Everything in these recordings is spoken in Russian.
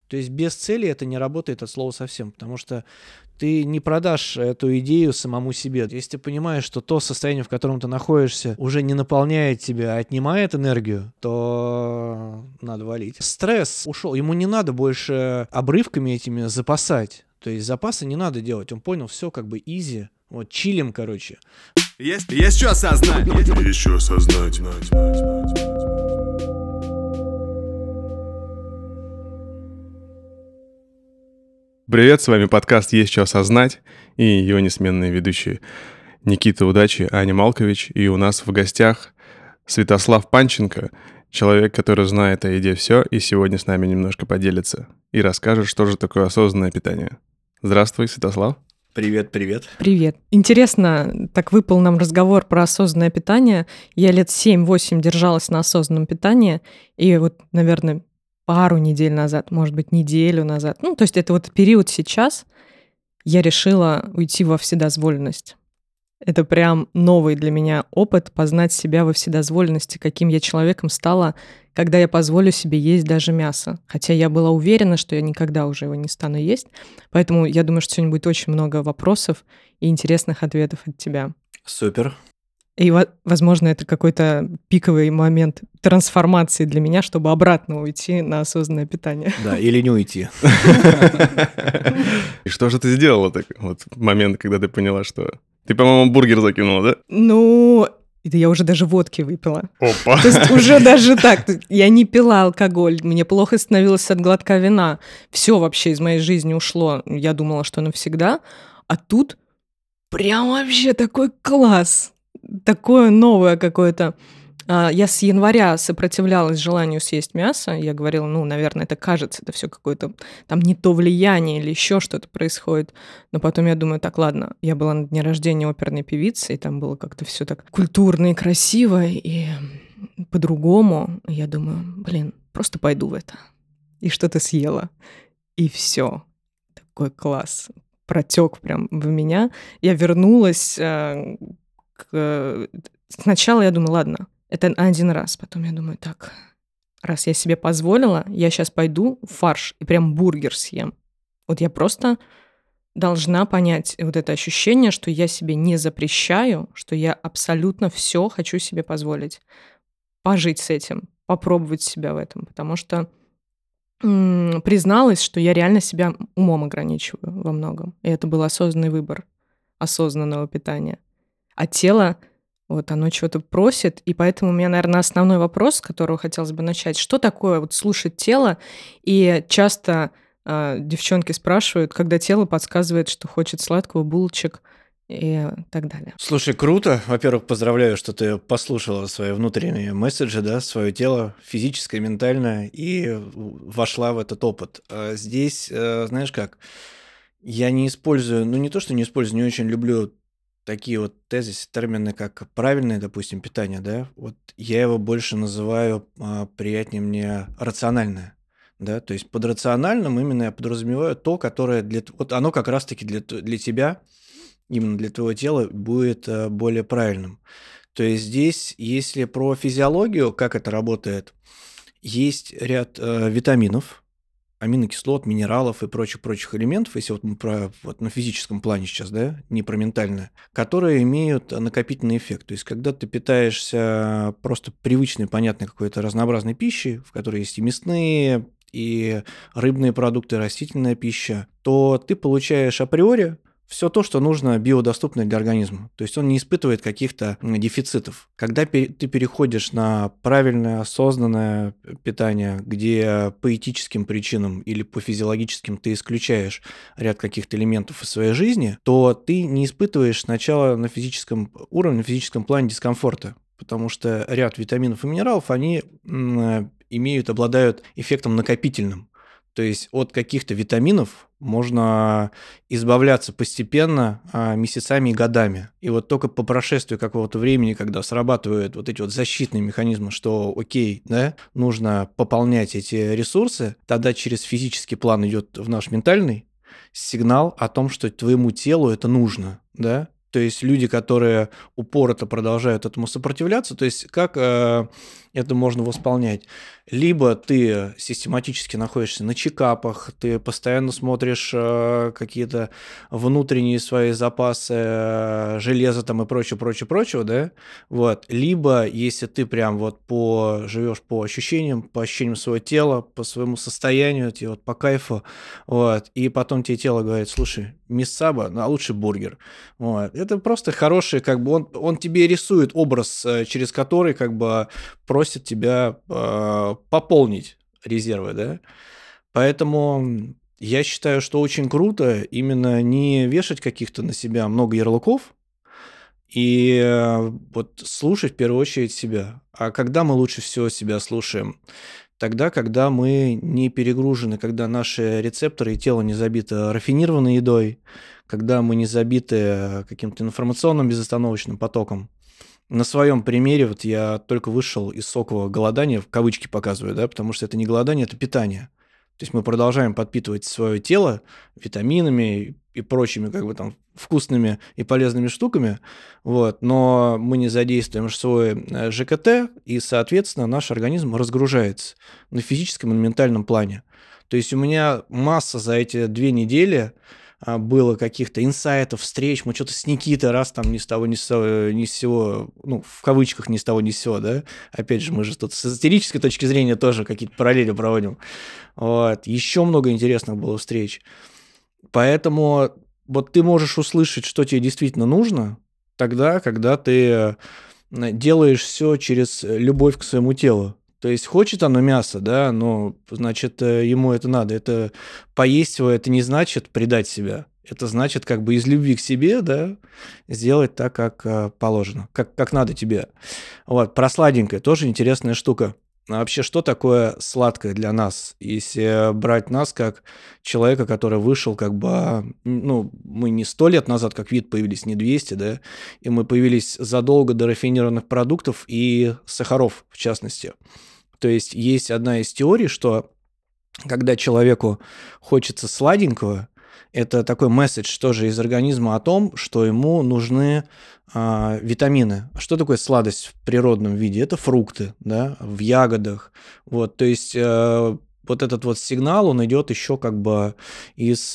То есть без цели это не работает от слова совсем, потому что ты не продашь эту идею самому себе. Если ты понимаешь, что то состояние, в котором ты находишься, уже не наполняет тебя, а отнимает энергию, то надо валить. Стресс ушел, ему не надо больше обрывками этими запасать. То есть запасы не надо делать. Он понял, все как бы изи. Вот, чилим, короче. Есть что осознать. Есть что осознать. Привет, с вами подкаст «Есть что осознать» и его несменные ведущие Никита Удачи, Аня Малкович. И у нас в гостях Святослав Панченко, человек, который знает о еде все и сегодня с нами немножко поделится и расскажет, что же такое осознанное питание. Здравствуй, Святослав. Привет. Привет. Интересно, так выпал нам разговор про осознанное питание. Я лет 7-8 держалась на осознанном питании, и вот, наверное, пару недель назад, может быть, неделю назад, то есть это вот период сейчас, я решила уйти во вседозволенность. Это прям новый для меня опыт познать себя во вседозволенности, каким я человеком стала, когда я позволю себе есть даже мясо. Хотя я была уверена, что я никогда уже его не стану есть. Поэтому я думаю, что сегодня будет очень много вопросов и интересных ответов от тебя. Супер. И, возможно, это какой-то пиковый момент трансформации для меня, чтобы обратно уйти на осознанное питание. Да, или не уйти. И что же ты сделала так? Вот момент, когда ты поняла, что... Ты, по-моему, бургер закинула, да? Это я уже даже водки выпила. Опа! То есть уже даже так. Я не пила алкоголь, мне плохо становилось от глотка вина. Все вообще из моей жизни ушло. Я думала, что навсегда. А тут прям вообще такой класс. Такое новое какое-то. Я с января сопротивлялась желанию съесть мясо. Я говорила, наверное, это кажется, это все какое-то там не то влияние или еще что-то происходит. Но потом я думаю, так, ладно, я была на дне рождения оперной певицы, и там было как-то все так культурно и красиво, и по-другому. Я думаю, просто пойду в это. И что-то съела. И все. Такой класс. Протек прям в меня. Я вернулась Сначала я думаю, ладно, это один раз. Потом я думаю, так, раз я себе позволила, я сейчас пойду в фарш и прям бургер съем. Вот я просто должна понять вот это ощущение, что я себе не запрещаю, что я абсолютно все хочу себе позволить. Пожить с этим, попробовать себя в этом. Потому что призналась, что я реально себя умом ограничиваю во многом. И это был осознанный выбор осознанного питания. А тело, оно чего-то просит, и поэтому у меня, наверное, основной вопрос, с которого хотелось бы начать, что такое слушать тело? И часто девчонки спрашивают, когда тело подсказывает, что хочет сладкого, булочек и так далее. Слушай, круто. Во-первых, поздравляю, что ты послушала свои внутренние месседжи, да, свое тело, физическое, ментальное, и вошла в этот опыт. Здесь, знаешь как, я не использую, не то, что не использую, не очень люблю такие вот тезисы, термины, как правильное, допустим, питание, да, я его больше называю, приятнее мне, рациональное, да, то есть под рациональным именно я подразумеваю то, которое оно как раз-таки для тебя, именно для твоего тела будет более правильным. То есть здесь, если про физиологию, как это работает, есть ряд витаминов, аминокислот, минералов и прочих элементов, если мы про на физическом плане сейчас, да, не про ментальное, которые имеют накопительный эффект. То есть, когда ты питаешься просто привычной, понятной какой-то разнообразной пищей, в которой есть и мясные, и рыбные продукты, растительная пища, то ты получаешь априори все то, что нужно биодоступно для организма. То есть он не испытывает каких-то дефицитов. Когда ты переходишь на правильное, осознанное питание, где по этическим причинам или по физиологическим ты исключаешь ряд каких-то элементов из своей жизни, то ты не испытываешь сначала на физическом уровне, на физическом плане дискомфорта. Потому что ряд витаминов и минералов, они обладают эффектом накопительным. То есть от каких-то витаминов можно избавляться постепенно, месяцами и годами. И только по прошествию какого-то времени, когда срабатывают эти защитные механизмы, что окей, да, нужно пополнять эти ресурсы, тогда через физический план идет в наш ментальный сигнал о том, что твоему телу это нужно, да. То есть люди, которые упорото продолжают этому сопротивляться, то есть как это можно восполнять. Либо ты систематически находишься на чекапах, ты постоянно смотришь какие-то внутренние свои запасы железа там и прочего, да, вот. Либо, если ты прям вот живешь по ощущениям своего тела, по своему состоянию, тебе вот по кайфу, вот, и потом тебе тело говорит: слушай, миссаба, а лучше бургер. Вот. Это просто хороший, как бы он тебе рисует образ, через который как бы просит тебя пополнить резервы, да. Поэтому я считаю, что очень круто именно не вешать каких-то на себя много ярлыков и вот слушать в первую очередь себя. А когда мы лучше всего себя слушаем? Тогда, когда мы не перегружены, когда наши рецепторы и тело не забито рафинированной едой, когда мы не забиты каким-то информационным безостановочным потоком. На своем примере вот я только вышел из сокового голодания, в кавычки показываю, да, потому что это не голодание, это питание. То есть мы продолжаем подпитывать свое тело витаминами и прочими как бы там вкусными и полезными штуками, вот, но мы не задействуем свой ЖКТ, и, соответственно, наш организм разгружается на физическом и на ментальном плане. То есть у меня масса за эти 2 недели было каких-то инсайтов, встреч, мы что-то с Никитой раз там ни с того, ни с сего, ну, в кавычках ни с того, ни с сего, да, опять же, мы же тут с эзотерической точки зрения тоже какие-то параллели проводим, вот, еще много интересных было встреч, поэтому вот ты можешь услышать, что тебе действительно нужно, тогда, когда ты делаешь все через любовь к своему телу. То есть хочет оно мясо, да, но, значит, ему это надо. Это поесть его, это не значит предать себя. Это значит как бы из любви к себе, да, сделать так, как положено, как надо тебе. Вот, про сладенькое тоже интересная штука. А вообще, что такое сладкое для нас? Если брать нас как человека, который вышел как бы, ну, мы не 100 лет назад как вид появились, не 200, да, и мы появились задолго до рафинированных продуктов и сахаров, в частности. То есть одна из теорий, что когда человеку хочется сладенького, это такой месседж тоже из организма о том, что ему нужны витамины. Что такое сладость в природном виде? Это фрукты, да, в ягодах. Вот, то есть вот этот вот сигнал, он идет еще как бы из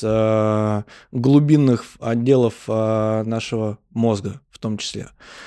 глубинных отделов нашего мозга в том числе.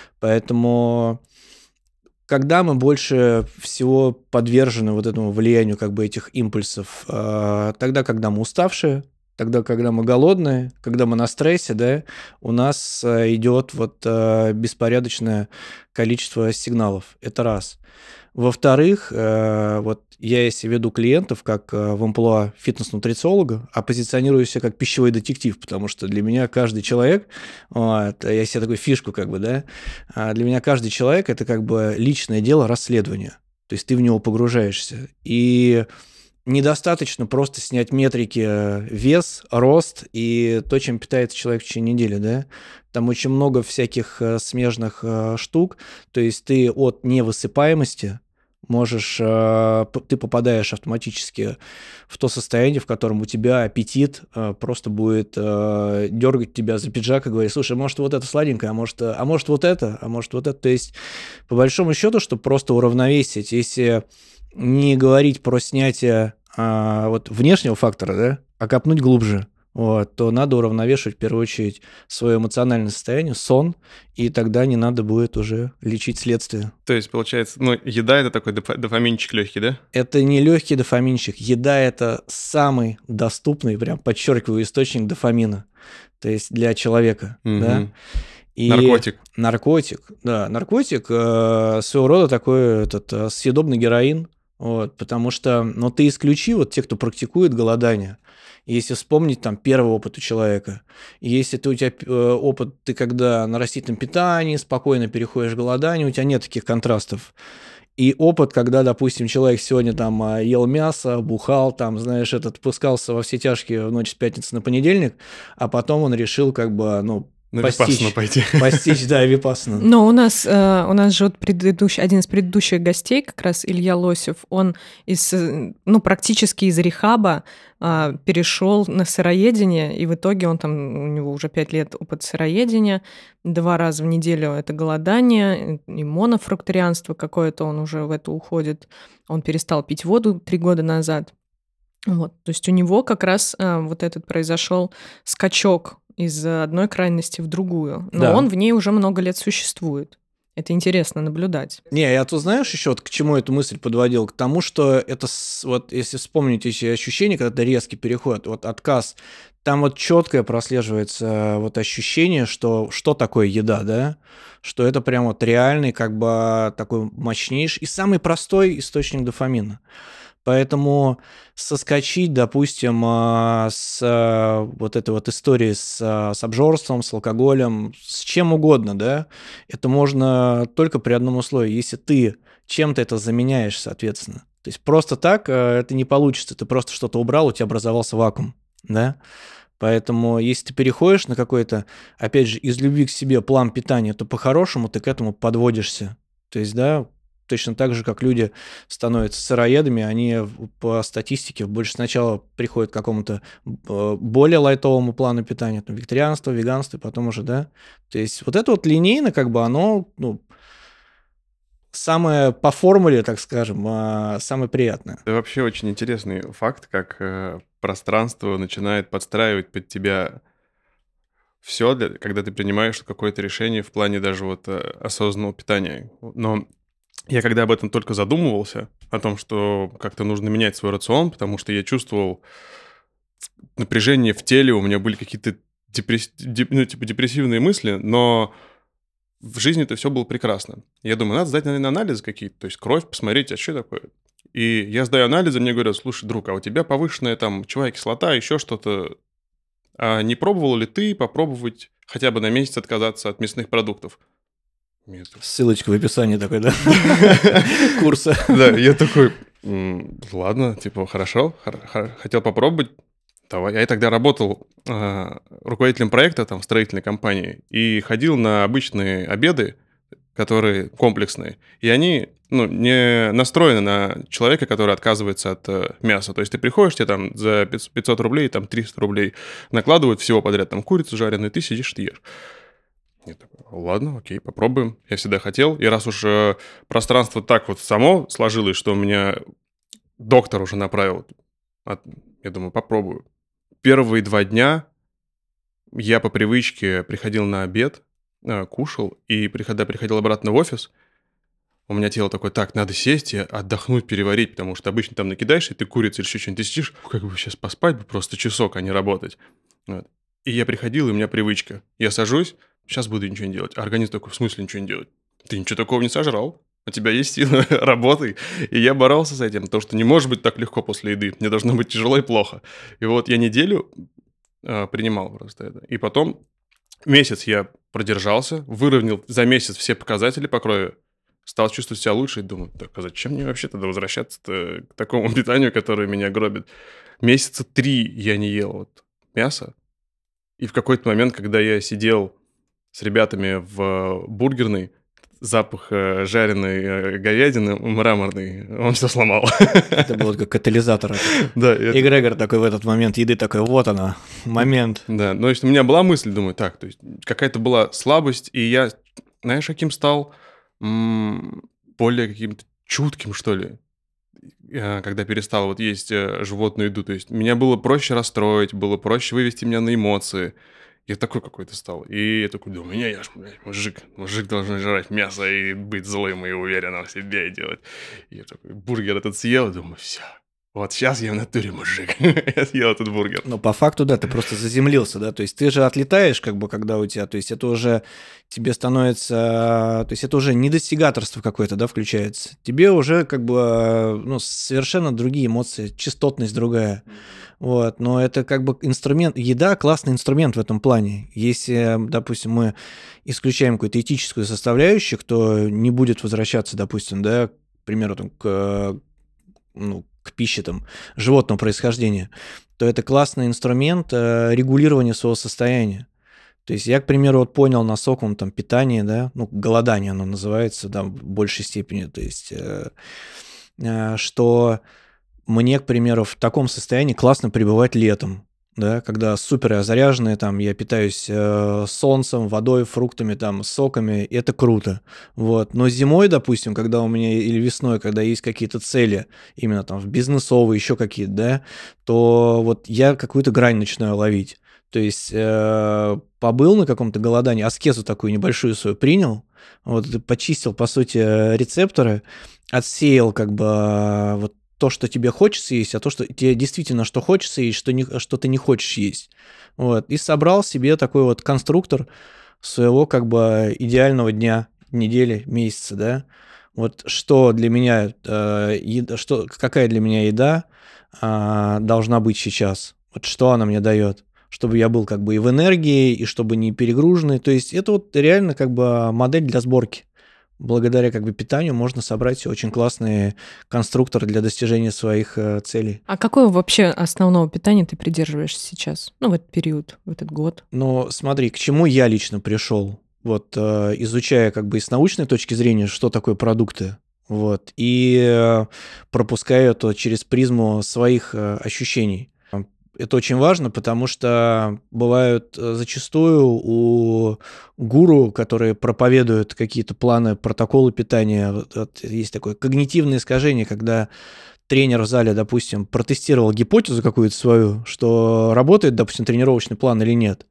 Поэтому когда мы больше всего подвержены вот этому влиянию как бы этих импульсов, тогда, когда мы уставшие, тогда, когда мы голодные, когда мы на стрессе, да, у нас идет вот беспорядочное количество сигналов. Это раз. Во-вторых, вот я, если веду клиентов как в амплуа фитнес-нутрициолога, а позиционирую себя как пищевой детектив, потому что для меня каждый человек, вот, я себе такую фишку как бы, да, для меня каждый человек – это как бы личное дело расследования. То есть ты в него погружаешься. И недостаточно просто снять метрики вес, рост и то, чем питается человек в течение недели, да. Там очень много всяких смежных штук. То есть ты от невысыпаемости можешь, ты попадаешь автоматически в то состояние, в котором у тебя аппетит просто будет дергать тебя за пиджак и говорить: слушай, может вот это сладенькое, а может вот это, а может вот это. То есть по большому счету, чтобы просто уравновесить, если не говорить про снятие вот внешнего фактора, да, а копнуть глубже, вот, то надо уравновешивать в первую очередь свое эмоциональное состояние, сон, и тогда не надо будет уже лечить следствие. То есть, получается, ну, еда — это такой дофаминчик легкий, да? Это не легкий дофаминчик. Еда – это самый доступный, прям подчеркиваю, источник дофамина, то есть для человека, да. И наркотик, да, наркотик своего рода такой съедобный героин, вот, потому что, ну, ты исключи вот тех, кто практикует голодание. Если вспомнить там первый опыт у человека, если у тебя опыт, ты когда на растительном питании спокойно переходишь в голодание, у тебя нет таких контрастов. И опыт, когда, допустим, человек сегодня там ел мясо, бухал, там, знаешь, пускался во все тяжкие в ночь с пятницы на понедельник, а потом он решил как бы, ну, На випассану пойти. Постичь, да, випассану. Но у нас же вот один из предыдущих гостей, как раз Илья Лосев, он практически из рехаба перешел на сыроедение, и в итоге у него уже 5 лет опыт сыроедения, 2 раза в неделю это голодание, и монофрукторианство какое-то, он уже в это уходит. Он перестал пить воду 3 года назад. Вот. То есть у него как раз вот этот произошел скачок из одной крайности в другую. Но он в ней уже много лет существует. Это интересно наблюдать. Не, я тут, знаешь, еще вот к чему эту мысль подводил? К тому, что это, вот если вспомнить эти ощущения, когда это резкий переход, вот отказ, там вот четкое прослеживается вот ощущение, что такое еда, да? Что это прям вот реальный, как бы такой мощнейший и самый простой источник дофамина. Поэтому соскочить, допустим, с вот этой вот истории с обжорством, с алкоголем, с чем угодно, да, это можно только при одном условии, если ты чем-то это заменяешь, соответственно. То есть просто так это не получится, ты просто что-то убрал, у тебя образовался вакуум, да. Поэтому если ты переходишь на какой-то, опять же, из любви к себе план питания, то по-хорошему ты к этому подводишься. То есть, да, точно так же, как люди становятся сыроедами, они по статистике больше сначала приходят к какому-то более лайтовому плану питания, там, вегетарианство, веганство, и потом уже, да. То есть вот это вот линейно, как бы оно, самое по формуле, так скажем, самое приятное. Это вообще очень интересный факт, как пространство начинает подстраивать под тебя все, когда ты принимаешь какое-то решение в плане даже вот осознанного питания. Но я когда об этом только задумывался, о том, что как-то нужно менять свой рацион, потому что я чувствовал напряжение в теле, у меня были какие-то депрессивные мысли, но в жизни это все было прекрасно. Я думаю, надо сдать, наверное, анализы какие-то, то есть кровь, посмотреть, а что такое. И я сдаю анализы, мне говорят, слушай, друг, а у тебя повышенная там мочевая кислота, еще что-то. А не пробовал ли ты попробовать хотя бы на месяц отказаться от мясных продуктов? Ссылочка в описании такой, да? Курса. Да, я такой, ладно, типа, хорошо, хотел попробовать. Давай. Я тогда работал руководителем проекта там в строительной компании и ходил на обычные обеды, которые комплексные, и они не настроены на человека, который отказывается от мяса. То есть ты приходишь, тебе там за 500 рублей, там 300 рублей накладывают всего подряд, там курицу жареную, ты сидишь, ты ешь. Я такой, ладно, окей, попробуем. Я всегда хотел. И раз уж пространство так вот само сложилось, что меня доктор уже направил, я думаю, попробую. Первые 2 дня я по привычке приходил на обед, кушал, и когда приходил обратно в офис, у меня тело такое, так, надо сесть и отдохнуть, переварить, потому что обычно там накидаешь, и ты курица или еще что-нибудь, ты сидишь, как бы сейчас поспать бы просто часок, а не работать. Вот. И я приходил, и у меня привычка. Я сажусь, сейчас буду ничего не делать. А организм такой, в смысле ничего не делать? Ты ничего такого не сожрал. У тебя есть силы, работай. И я боролся с этим, потому что не может быть так легко после еды. Мне должно быть тяжело и плохо. И вот я неделю принимал просто это. И потом месяц я продержался, выровнял за месяц все показатели по крови, стал чувствовать себя лучше и думаю, так, а зачем мне вообще тогда возвращаться к такому питанию, которое меня гробит? Месяца 3 я не ел вот мясо. И в какой-то момент, когда я сидел с ребятами в бургерной, запах жареной говядины мраморный, он все сломал. Это было как катализатор. Да. Эгрегор такой в этот момент еды такой, вот она, момент. Да, но у меня была мысль, думаю, так, то есть какая-то была слабость, и я, знаешь, каким стал? Более каким-то чутким, что ли, когда перестал вот есть животную еду. То есть меня было проще расстроить, было проще вывести меня на эмоции. Я такой какой-то стал. И я такой думаю, я ж, мужик должен жрать мясо и быть злым и уверенным в себе и делать. И я такой бургер этот съел, думаю, все. Вот сейчас я в натуре мужик. Я съел этот бургер. Но по факту, да, ты просто заземлился, да, то есть ты же отлетаешь, как бы, когда у тебя, то есть это уже тебе становится, то есть это уже недостигаторство какое-то, да, включается. Тебе уже, как бы, совершенно другие эмоции, частотность другая. Вот, но это как бы инструмент, еда классный инструмент в этом плане. Если, допустим, мы исключаем какую-то этическую составляющую, кто не будет возвращаться, допустим, да, к примеру, там, к пище там, животного происхождения, то это классный инструмент регулирования своего состояния. То есть я, к примеру, вот понял на соковом там питании, да, ну, голодание оно называется, да, в большей степени, то есть, что мне, к примеру, в таком состоянии классно пребывать летом, да, когда супер я заряженный, там, я питаюсь солнцем, водой, фруктами, там, соками, и это круто, вот. Но зимой, допустим, когда у меня, или весной, когда есть какие-то цели, именно там бизнесовые, еще какие-то, да, то вот я какую-то грань начинаю ловить. То есть побыл на каком-то голодании, аскезу такую небольшую свою принял, вот, почистил, по сути, рецепторы, отсеял как бы вот то, что тебе хочется есть, а то, что тебе действительно что хочется есть, что ты не хочешь есть. Вот. И собрал себе такой вот конструктор своего как бы идеального дня, недели, месяца, да. Вот что для меня, какая для меня еда должна быть сейчас, вот что она мне дает, чтобы я был как бы и в энергии, и чтобы не перегруженный. То есть это вот реально как бы модель для сборки. Благодаря как бы питанию можно собрать очень классный конструктор для достижения своих целей. А какого вообще основного питания ты придерживаешься сейчас? Ну, в этот период, в этот год. Но смотри, к чему я лично пришел, вот изучая как бы и с научной точки зрения, что такое продукты, вот, и пропуская это через призму своих ощущений. Это очень важно, потому что бывают зачастую у гуру, которые проповедуют какие-то планы, протоколы питания, вот есть такое когнитивное искажение, когда тренер в зале, допустим, протестировал гипотезу какую-то свою, что работает, допустим, тренировочный план или нет.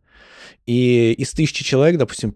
И из 1000 человек, допустим,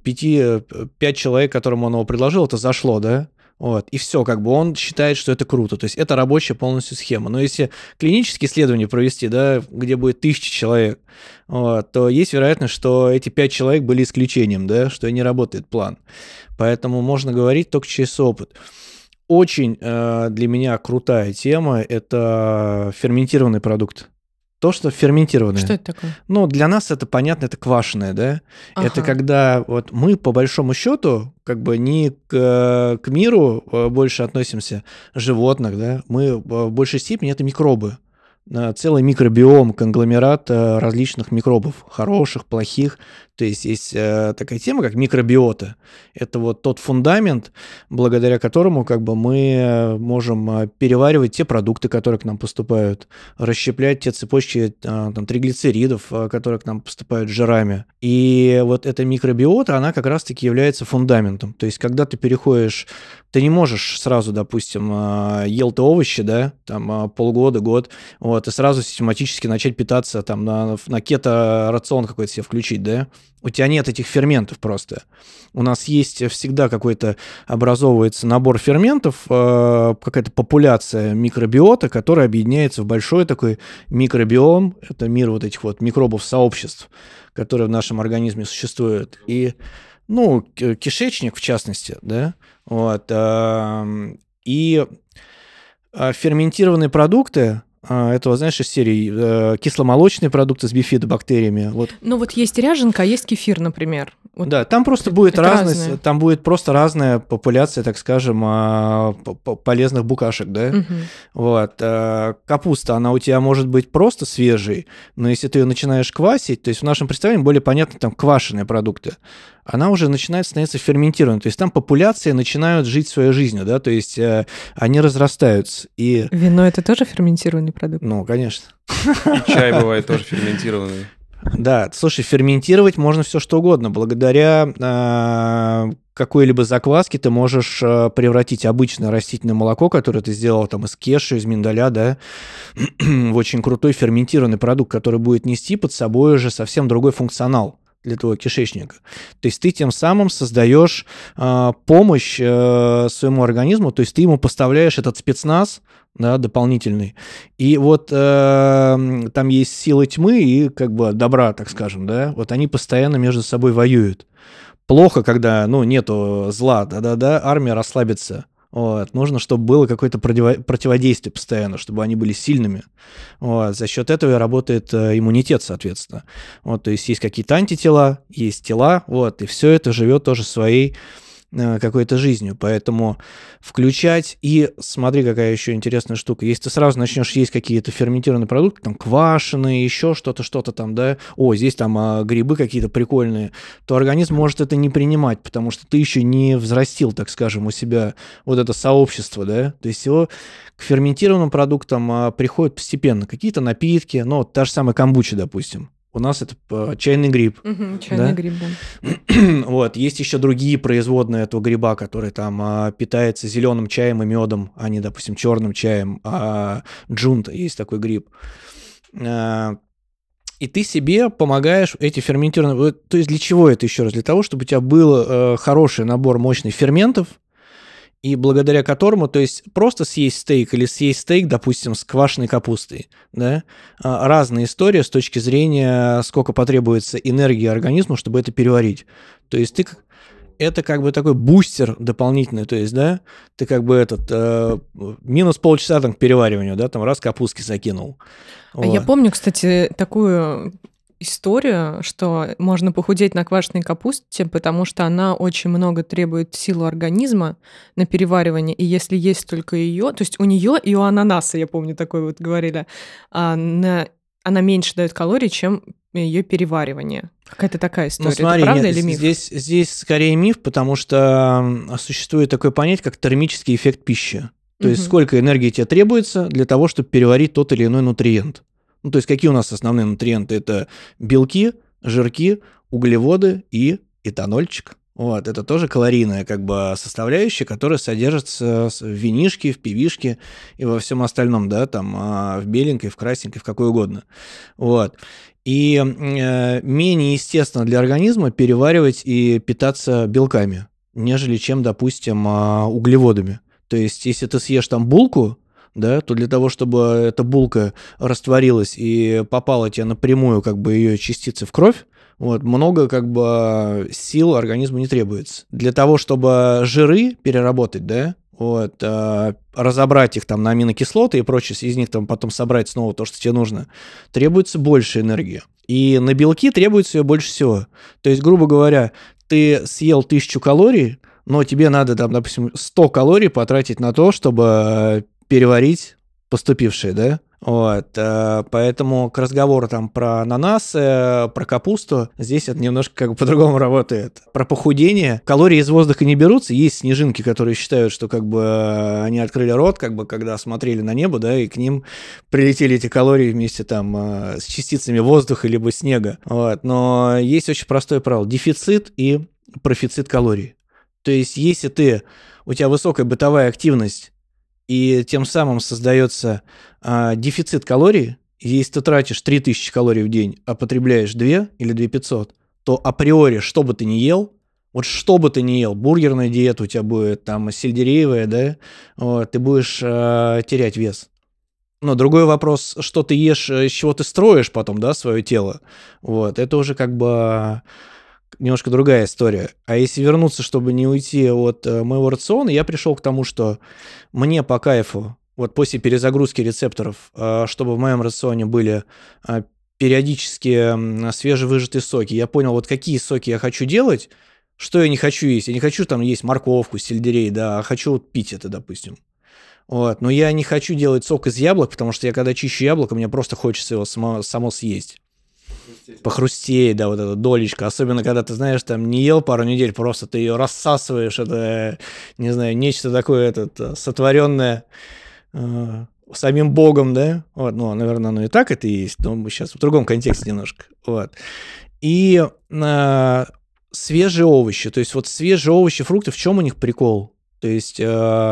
5 человек, которым он его предложил, это зашло, да? Вот, и все, как бы он считает, что это круто. То есть это рабочая полностью схема. Но если клинические исследования провести, да, где будет 1000 человек, вот, то есть вероятность, что эти 5 человек были исключением, да, что не работает план. Поэтому можно говорить только через опыт. Очень для меня крутая тема – это ферментированный продукт. То, что ферментированное. Что это такое? Ну, для нас это понятно, это квашеное, да? Ага. Это когда вот мы, по большому счету, как бы не к миру больше относимся животных, да? Мы в большей степени это микробы. Целый микробиом, конгломерат различных микробов, хороших, плохих. То есть такая тема, как микробиота. Это вот тот фундамент, благодаря которому как бы мы можем переваривать те продукты, которые к нам поступают, расщеплять те цепочки там, триглицеридов, которые к нам поступают жирами. И вот эта микробиота, она как раз-таки является фундаментом. То есть когда ты переходишь, ты не можешь сразу, допустим, ел ты овощи, да, там полгода, год, вот, и сразу систематически начать питаться, там, на кето-рацион какой-то себе включить, да? У тебя нет этих ферментов просто. У нас есть всегда какой-то образовывается набор ферментов, какая-то популяция микробиота, которая объединяется в большой такой микробиом. Это мир вот этих вот микробов-сообществ, которые в нашем организме существуют. И, ну, кишечник, в частности, да, вот. И ферментированные продукты, это, знаешь, из серии кисломолочные продукты с бифидобактериями. Вот. Ну вот есть ряженка, а есть кефир, например. Вот. Да, там просто будет разное. Там будет просто разная популяция, так скажем, полезных букашек, да. Угу. Вот. Капуста, она у тебя может быть просто свежей, но если ты ее начинаешь квасить, то есть в нашем представлении более понятно там квашеные продукты, она уже начинает становиться ферментированной. То есть там популяции начинают жить своей жизнью, да, то есть они разрастаются. И... Вино – это тоже ферментированный продукт? Ну, конечно. И чай бывает тоже ферментированный. Да, слушай, ферментировать можно все что угодно. Благодаря какой-либо закваске ты можешь превратить обычное растительное молоко, которое ты сделал там из кешью, из миндаля, да, в очень крутой ферментированный продукт, который будет нести под собой уже совсем другой функционал для твоего кишечника. То есть ты тем самым создаешь помощь своему организму, то есть ты ему поставляешь этот спецназ, да, дополнительный. И вот там есть силы тьмы и как бы добра, так скажем, да, вот они постоянно между собой воюют. Плохо, когда, ну, нету зла, да-да-да, армия расслабится. Вот. Нужно, чтобы было какое-то противодействие постоянно, чтобы они были сильными. Вот. За счет этого и работает иммунитет, соответственно. Вот. То есть есть какие-то антитела, есть тела, вот. И все это живет тоже своей какой-то жизнью. Поэтому включать и смотри, какая еще интересная штука. Если ты сразу начнешь есть какие-то ферментированные продукты, там квашеные, еще что-то там, да, здесь там грибы какие-то прикольные, то организм может это не принимать, потому что ты еще не взрастил, так скажем, у себя вот это сообщество, да, то есть его к ферментированным продуктам приходят постепенно какие-то напитки, ну, вот та же самая камбуча, допустим. У нас это чайный гриб. Чайный гриб, да. Вот, есть еще другие производные этого гриба, которые там питаются зеленым чаем и медом, а не, допустим, черным чаем. Джунта есть такой гриб. И ты себе помогаешь эти ферментированные... То есть для чего это еще раз? Для того, чтобы у тебя был хороший набор мощных ферментов, и благодаря которому, то есть просто съесть стейк или съесть стейк, допустим, с квашеной капустой, да, разная история с точки зрения, сколько потребуется энергии организму, чтобы это переварить. То есть это как бы такой бустер дополнительный, то есть, да, ты как бы минус полчаса там к перевариванию, да, там раз капустки закинул. Вот. Я помню, кстати, такую историю, что можно похудеть на квашеной капусте, потому что она очень много требует силы организма на переваривание, и если есть только ее, то есть у нее и у ананаса, я помню, такое вот говорили, она меньше дает калорий, чем ее переваривание. Какая-то такая история. Смотри, это правда нет, или миф? Здесь скорее миф, потому что существует такое понятие, как термический эффект пищи. То есть сколько энергии тебе требуется для того, чтобы переварить тот или иной нутриент. Ну, то есть какие у нас основные нутриенты? Это белки, жирки, углеводы и этанольчик. Вот, это тоже калорийная как бы составляющая, которая содержится в винишке, в пивишке и во всем остальном, да, там в беленькой, в красненькой, в какой угодно. Вот. И менее естественно для организма переваривать и питаться белками, нежели чем, допустим, углеводами. То есть если ты съешь там булку, да, то для того, чтобы эта булка растворилась и попала тебе напрямую как бы ее частицы в кровь, вот, много как бы сил организму не требуется. Для того, чтобы жиры переработать, да, вот, разобрать их там на аминокислоты и прочее, из них там потом собрать снова то, что тебе нужно, требуется больше энергии. И на белки требуется ее больше всего. То есть, грубо говоря, ты съел 1000 калорий, но тебе надо, там, допустим, 100 калорий потратить на то, чтобы переварить поступившие, да? Вот, поэтому к разговору там про ананасы, про капусту, здесь это немножко как бы по-другому работает. Про похудение. Калории из воздуха не берутся. Есть снежинки, которые считают, что как бы они открыли рот, как бы когда смотрели на небо, да, и к ним прилетели эти калории вместе там с частицами воздуха либо снега. Вот, но есть очень простое правило. Дефицит и профицит калорий. То есть если у тебя высокая бытовая активность, и тем самым создается дефицит калорий. Если ты тратишь 3000 калорий в день, а потребляешь 2 или 2500, то априори, что бы ты ни ел, бургерная диета у тебя будет, там, сельдереевая, да, вот, ты будешь терять вес. Но другой вопрос, что ты ешь, из чего ты строишь потом, да, свое тело, вот, это уже как бы немножко другая история. А если вернуться, чтобы не уйти от моего рациона, я пришел к тому, что мне по кайфу, вот после перезагрузки рецепторов, чтобы в моем рационе были периодически свежевыжатые соки. Я понял, вот какие соки я хочу делать, что я не хочу есть. Я не хочу там есть морковку, сельдерей, да, а хочу вот пить это, допустим. Вот. Но я не хочу делать сок из яблок, потому что я когда чищу яблоко, мне просто хочется его само съесть. Похрустеет, да, вот эта долечка. Особенно, когда ты, знаешь, там не ел пару недель, просто ты ее рассасываешь. Это, не знаю, нечто такое сотворенное самим Богом, да? Вот, ну, наверное, оно и так это и есть, но мы сейчас в другом контексте немножко. Вот. И свежие овощи. То есть вот свежие овощи, фрукты, в чем у них прикол? То есть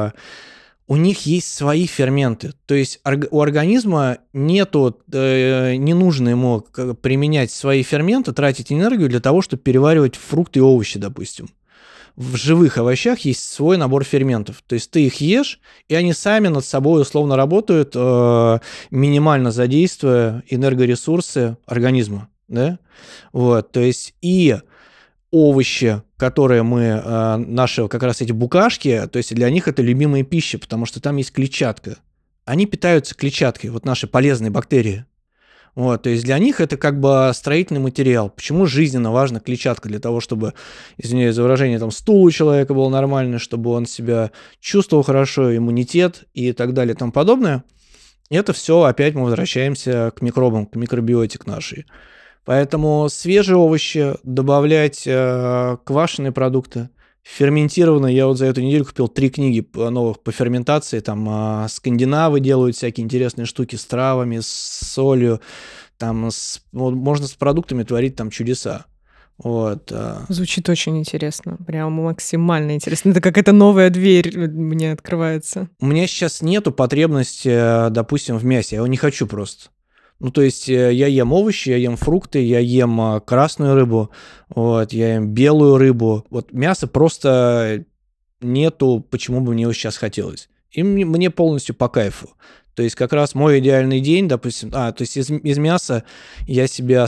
у них есть свои ферменты. То есть у организма нету, не нужно ему применять свои ферменты, тратить энергию для того, чтобы переваривать фрукты и овощи, допустим. В живых овощах есть свой набор ферментов. То есть ты их ешь, и они сами над собой условно работают, минимально задействуя энергоресурсы организма. Да? Вот, то есть и овощи, которые наши как раз эти букашки, то есть для них это любимая пища, потому что там есть клетчатка. Они питаются клетчаткой, вот наши полезные бактерии. Вот, то есть для них это как бы строительный материал. Почему жизненно важна клетчатка? Для того, чтобы, извиняюсь за выражение, там стул у человека был нормальный, чтобы он себя чувствовал хорошо, иммунитет и так далее и тому подобное. И это все опять мы возвращаемся к микробам, к микробиоте к нашей. Поэтому свежие овощи, добавлять квашеные продукты, ферментированные. Я вот за эту неделю купил 3 книги новых по ферментации. Там скандинавы делают всякие интересные штуки с травами, с солью. Там можно с продуктами творить там чудеса. Вот. Звучит очень интересно, прям максимально интересно. Это какая-то новая дверь мне открывается. У меня сейчас нету потребности, допустим, в мясе. Я его не хочу просто. Ну, то есть я ем овощи, я ем фрукты, я ем красную рыбу, вот, я ем белую рыбу. Вот мяса просто нету, почему бы мне его сейчас хотелось. И мне полностью по кайфу. То есть как раз мой идеальный день, допустим, то есть из мяса я себе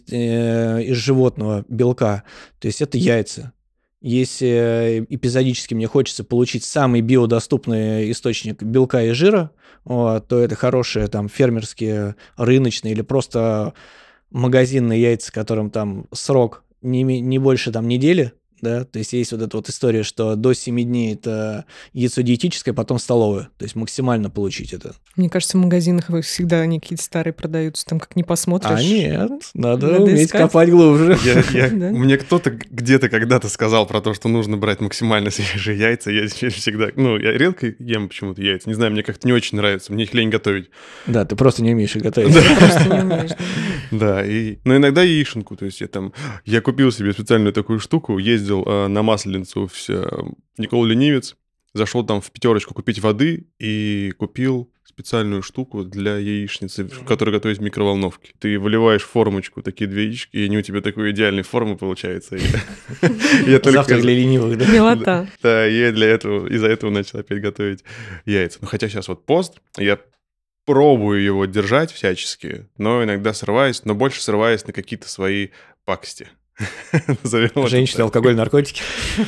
из животного белка, то есть это яйца. Если эпизодически мне хочется получить самый биодоступный источник белка и жира, вот, то это хорошие там фермерские, рыночные или просто магазинные яйца, которым там срок не больше там недели, да, то есть есть вот эта вот история, что до 7 дней это яйцо диетическое, потом столовое, то есть максимально получить это. Мне кажется, в магазинах всегда они какие-то старые продаются, там как не посмотришь. Нет, надо уметь искать. копать глубже. Да. Мне кто-то где-то когда-то сказал про то, что нужно брать максимально свежие яйца. Я теперь всегда... я редко ем почему-то яйца. Не знаю, мне как-то не очень нравится. Мне их лень готовить. Да, ты просто не умеешь их готовить. Ты просто не умеешь. Да, но иногда яишенку. То есть я купил себе специальную такую штуку, ездил на Масленицу в Никола Ленивец, зашел там в пятерочку купить воды и купил специальную штуку для яичницы, которую готовить в микроволновке. Ты выливаешь в формочку такие 2 яички, и они у тебя такой идеальной формы получаются. Завтрак для ленивых, да? Милота. Да, я из-за этого начал опять готовить яйца. Ну, хотя сейчас вот пост, я пробую его держать всячески, но иногда срываюсь, но больше срываюсь на какие-то свои пакости. Женщины, алкоголь, наркотики.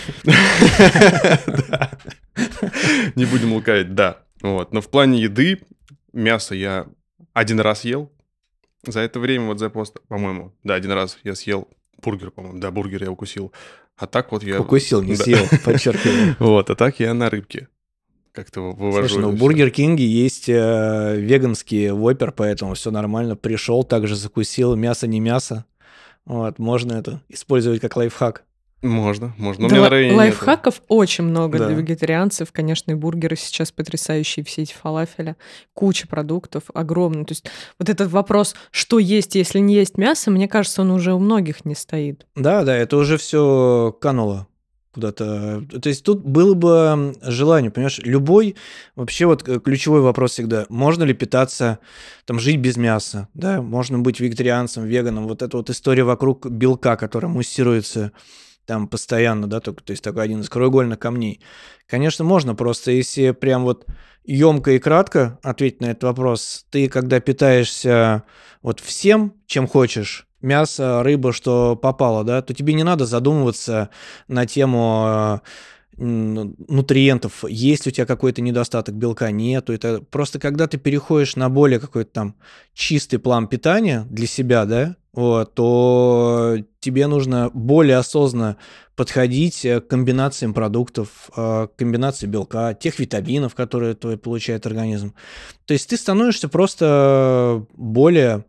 Не будем лукавить, да. Вот. Но в плане еды мясо я 1 раз ел. За это время, вот за пост, по-моему, да, 1 раз я съел бургер, по-моему. Да, бургер я укусил. А так вот я... Укусил, не съел, подчеркиваю. Вот, а так я на рыбке. Как-то вывожу. Слушай, ну в Бургер Кинге есть веганский воппер, поэтому все нормально. Пришел, также закусил. Мясо не мясо. Вот, можно это использовать как лайфхак. Можно. Но Да, у меня настроения нету. лайфхаков очень много Да. для вегетарианцев. Конечно, и бургеры сейчас потрясающие, все эти фалафеля. Куча продуктов, огромный. То есть вот этот вопрос, что есть, если не есть мясо, мне кажется, он уже у многих не стоит. Да, это уже все кануло куда-то. То есть тут было бы желание, понимаешь, любой, вообще вот ключевой вопрос всегда, можно ли питаться, там, жить без мяса, да, можно быть вегетарианцем, веганом, вот эта вот история вокруг белка, которая муссируется там постоянно, да, то есть такой один из краеугольных камней. Конечно, можно, просто если прям вот емко и кратко ответить на этот вопрос, ты когда питаешься вот всем, чем хочешь, мясо, рыба, что попало, да, то тебе не надо задумываться на тему нутриентов, есть ли у тебя какой-то недостаток белка, нету. Это просто когда ты переходишь на более какой-то там чистый план питания для себя, да, вот, то тебе нужно более осознанно подходить к комбинациям продуктов, к комбинации белка, тех витаминов, которые твой получает организм. То есть ты становишься просто более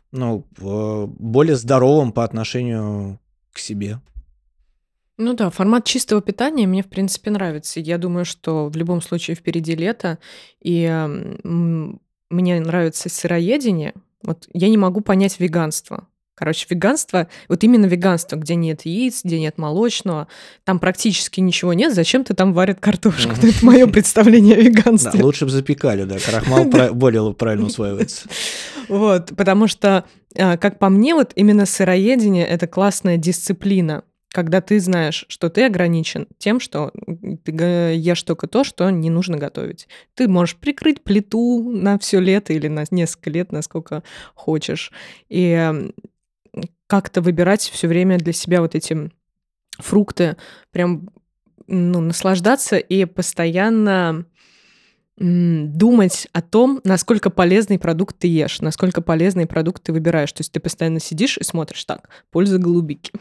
здоровым по отношению к себе. Ну да, формат чистого питания мне, в принципе, нравится. Я думаю, что в любом случае впереди лето, и мне нравится сыроедение. Вот я не могу понять веганство. Короче, веганство, вот именно веганство, где нет яиц, где нет молочного, там практически ничего нет, зачем ты там варят картошку? Это мое представление о Да, веганстве. лучше бы запекали, да, крахмал более правильно усваивается. Вот, потому что, как по мне, вот именно сыроедение — это классная дисциплина, когда ты знаешь, что ты ограничен тем, что ты ешь только то, что не нужно готовить. Ты можешь прикрыть плиту на все лето или на несколько лет, насколько хочешь, и как-то выбирать все время для себя вот эти фрукты, прям наслаждаться и постоянно думать о том, насколько полезный продукт ты ешь, насколько полезный продукт ты выбираешь. То есть ты постоянно сидишь и смотришь так, польза голубики.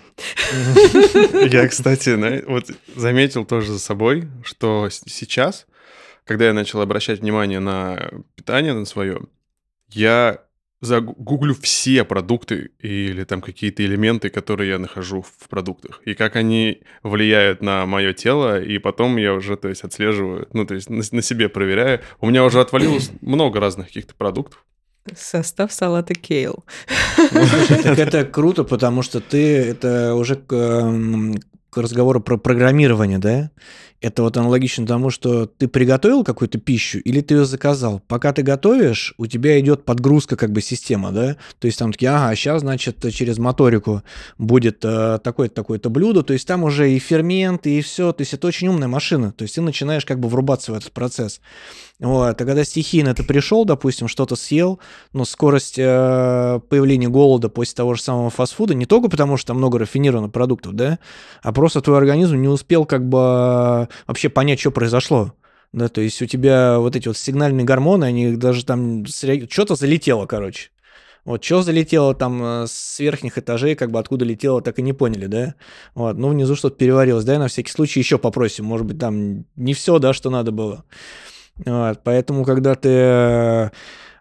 Я, кстати, вот заметил тоже за собой, что сейчас, когда я начал обращать внимание на питание на свое, я загуглю все продукты или там какие-то элементы, которые я нахожу в продуктах, и как они влияют на мое тело, и потом я уже, то есть, отслеживаю, ну, то есть, на себе проверяю. У меня уже отвалилось много разных каких-то продуктов. Состав салата кейл. Ну, слушай, так это круто, потому что это уже к разговору про программирование, да? Это вот аналогично тому, что ты приготовил какую-то пищу или ты ее заказал. Пока ты готовишь, у тебя идет подгрузка как бы система, да? То есть там такие, ага, сейчас, значит, через моторику будет такое-то, такое-то блюдо. То есть там уже и ферменты, и все. То есть это очень умная машина. То есть ты начинаешь как бы врубаться в этот процесс. Вот. А когда стихийно ты пришел, допустим, что-то съел, но скорость появления голода после того же самого фастфуда не только потому, что там много рафинированных продуктов, да, а просто твой организм не успел как бы вообще понять, что произошло. Да, то есть у тебя вот эти вот сигнальные гормоны, они даже там что-то залетело, короче. Вот что залетело там с верхних этажей, как бы откуда летело, так и не поняли, да? Вот, ну, внизу что-то переварилось, да, и на всякий случай еще попросим, может быть, там не все, да, что надо было. Вот, поэтому, когда ты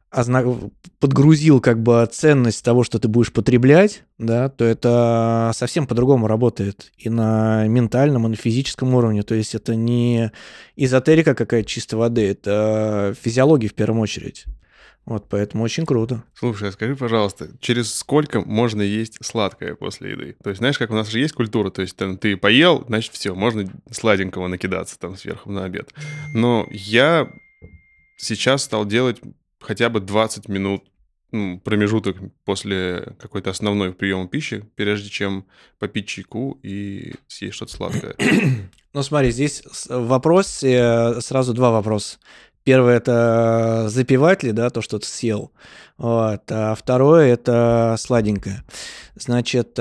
подгрузил как бы ценность того, что ты будешь потреблять, да, то это совсем по-другому работает и на ментальном, и на физическом уровне. То есть это не эзотерика какая-то чистой воды, это физиология в первую очередь. Вот, поэтому очень круто. Слушай, а скажи, пожалуйста, через сколько можно есть сладкое после еды? То есть, знаешь, как у нас же есть культура, то есть там, ты поел, значит, все, можно сладенького накидаться там сверху на обед. Но я сейчас стал делать хотя бы 20 минут промежуток после какой-то основной приема пищи, прежде чем попить чайку и съесть что-то сладкое. Ну, смотри, здесь вопрос, сразу два вопроса. Первое – это запивать ли, да, то, что ты съел. Вот. А второе – это сладенькое. Значит,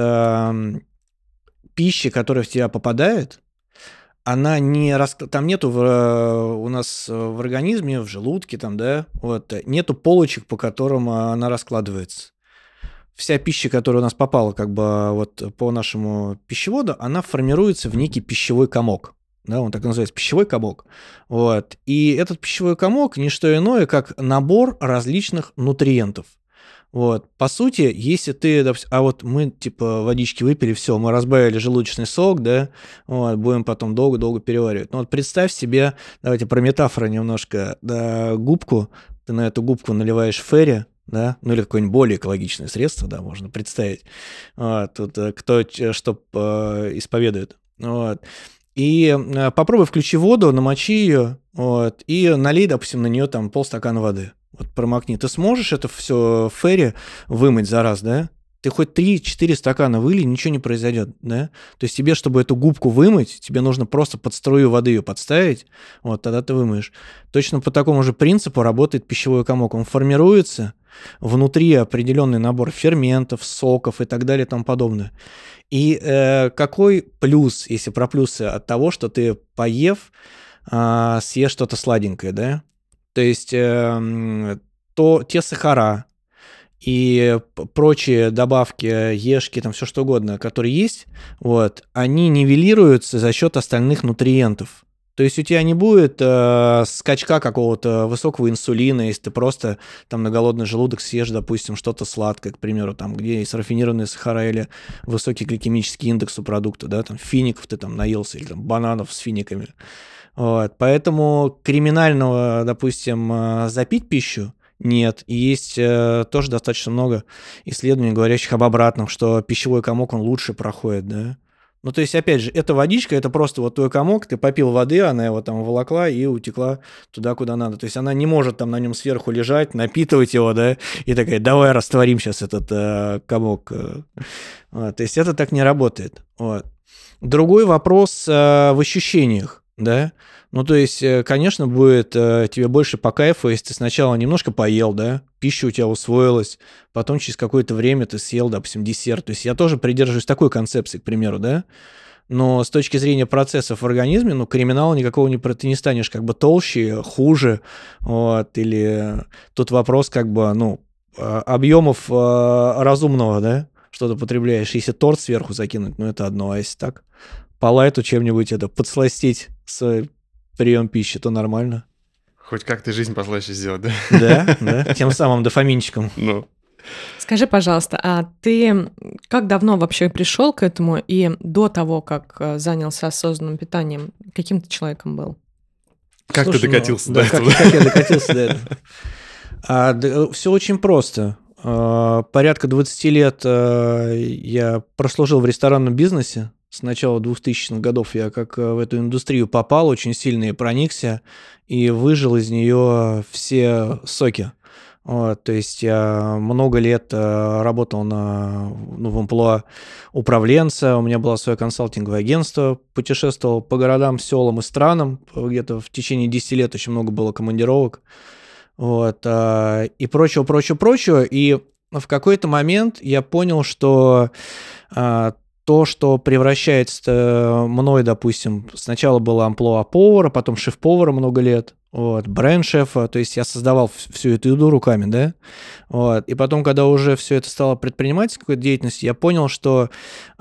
пища, которая в тебя попадает, она не там нету у нас в организме, в желудке там, да, вот, нету полочек, по которым она раскладывается. Вся пища, которая у нас попала как бы вот по нашему пищеводу, она формируется в некий пищевой комок. Да, он так называется, пищевой комок. Вот. И этот пищевой комок не что иное, как набор различных нутриентов. Вот. По сути, если ты, а вот мы, типа, водички выпили, все, мы разбавили желудочный сок, да, вот, будем потом долго-долго переваривать. Ну вот представь себе, давайте про метафору немножко, да, губку, ты на эту губку наливаешь ферри, да, ну или какое-нибудь более экологичное средство, да, можно представить. Вот, тут кто что исповедует. Вот. И попробуй включи воду, намочи ее, вот, и налей, допустим, на нее там полстакана воды. Вот промокни. Ты сможешь это все ферри вымыть за раз, да? Ты хоть 3-4 стакана вылей, ничего не произойдет, да? То есть тебе, чтобы эту губку вымыть, тебе нужно просто под струю воды ее подставить, вот, тогда ты вымоешь. Точно по такому же принципу работает пищевой комок. Он формируется внутри определенный набор ферментов, соков и так далее и тому подобное. И какой плюс, если про плюсы, от того, что ты, поев, съешь что-то сладенькое, да? То есть те сахара и прочие добавки, ешки, там все что угодно, которые есть, вот, они нивелируются за счет остальных нутриентов. То есть у тебя не будет скачка какого-то высокого инсулина, если ты просто там на голодный желудок съешь, допустим, что-то сладкое, к примеру, там, где есть рафинированные сахара или высокий гликемический индекс у продукта, да, там фиников ты там наелся или там бананов с финиками. Вот. Поэтому криминального, допустим, запить пищу нет. И есть тоже достаточно много исследований, говорящих об обратном, что пищевой комок, он лучше проходит, да. Ну, то есть, опять же, эта водичка, это просто вот твой комок, ты попил воды, она его там волокла и утекла туда, куда надо. То есть она не может там на нем сверху лежать, напитывать его, да, и такая, давай растворим сейчас этот комок. Вот. То есть это так не работает. Вот. Другой вопрос в ощущениях. Да, ну то есть, конечно, будет тебе больше по кайфу, если ты сначала немножко поел, да, пища у тебя усвоилась, потом через какое-то время ты съел, допустим, десерт. То есть я тоже придерживаюсь такой концепции, к примеру, да. но с точки зрения процессов в организме, ну, криминала никакого ты не станешь как бы толще, хуже, вот, или тут вопрос как бы, ну, объемов разумного, да, что ты потребляешь. Если торт сверху закинуть, ну, это одно, а если так, по лайту чем-нибудь это подсластить свой прием пищи, то нормально. Хоть как-то жизнь послаще сделать, да? Да, тем самым дофаминчиком. Ну, Скажи, пожалуйста, а ты как давно вообще пришел к этому и до того, как занялся осознанным питанием, каким ты человеком был? как ты Слушай, докатился ну, до да, этого? как я докатился до этого? Все очень просто. Порядка 20 лет я прослужил в ресторанном бизнесе. С начала 2000-х годов я как в эту индустрию попал, очень сильно и проникся, и выжил из нее все соки. Вот, то есть я много лет работал в амплуа управленца, у меня было свое консалтинговое агентство, путешествовал по городам, селам и странам, где-то в течение 10 лет очень много было командировок, вот, и прочего. И в какой-то момент я понял, что то, что превращается мной, допустим, сначала было амплуа повара, потом шеф-повара много лет, вот, бренд-шефа, то есть я создавал всю эту еду руками, да, вот, и потом, когда уже все это стало предпринимательской деятельностью, я понял, что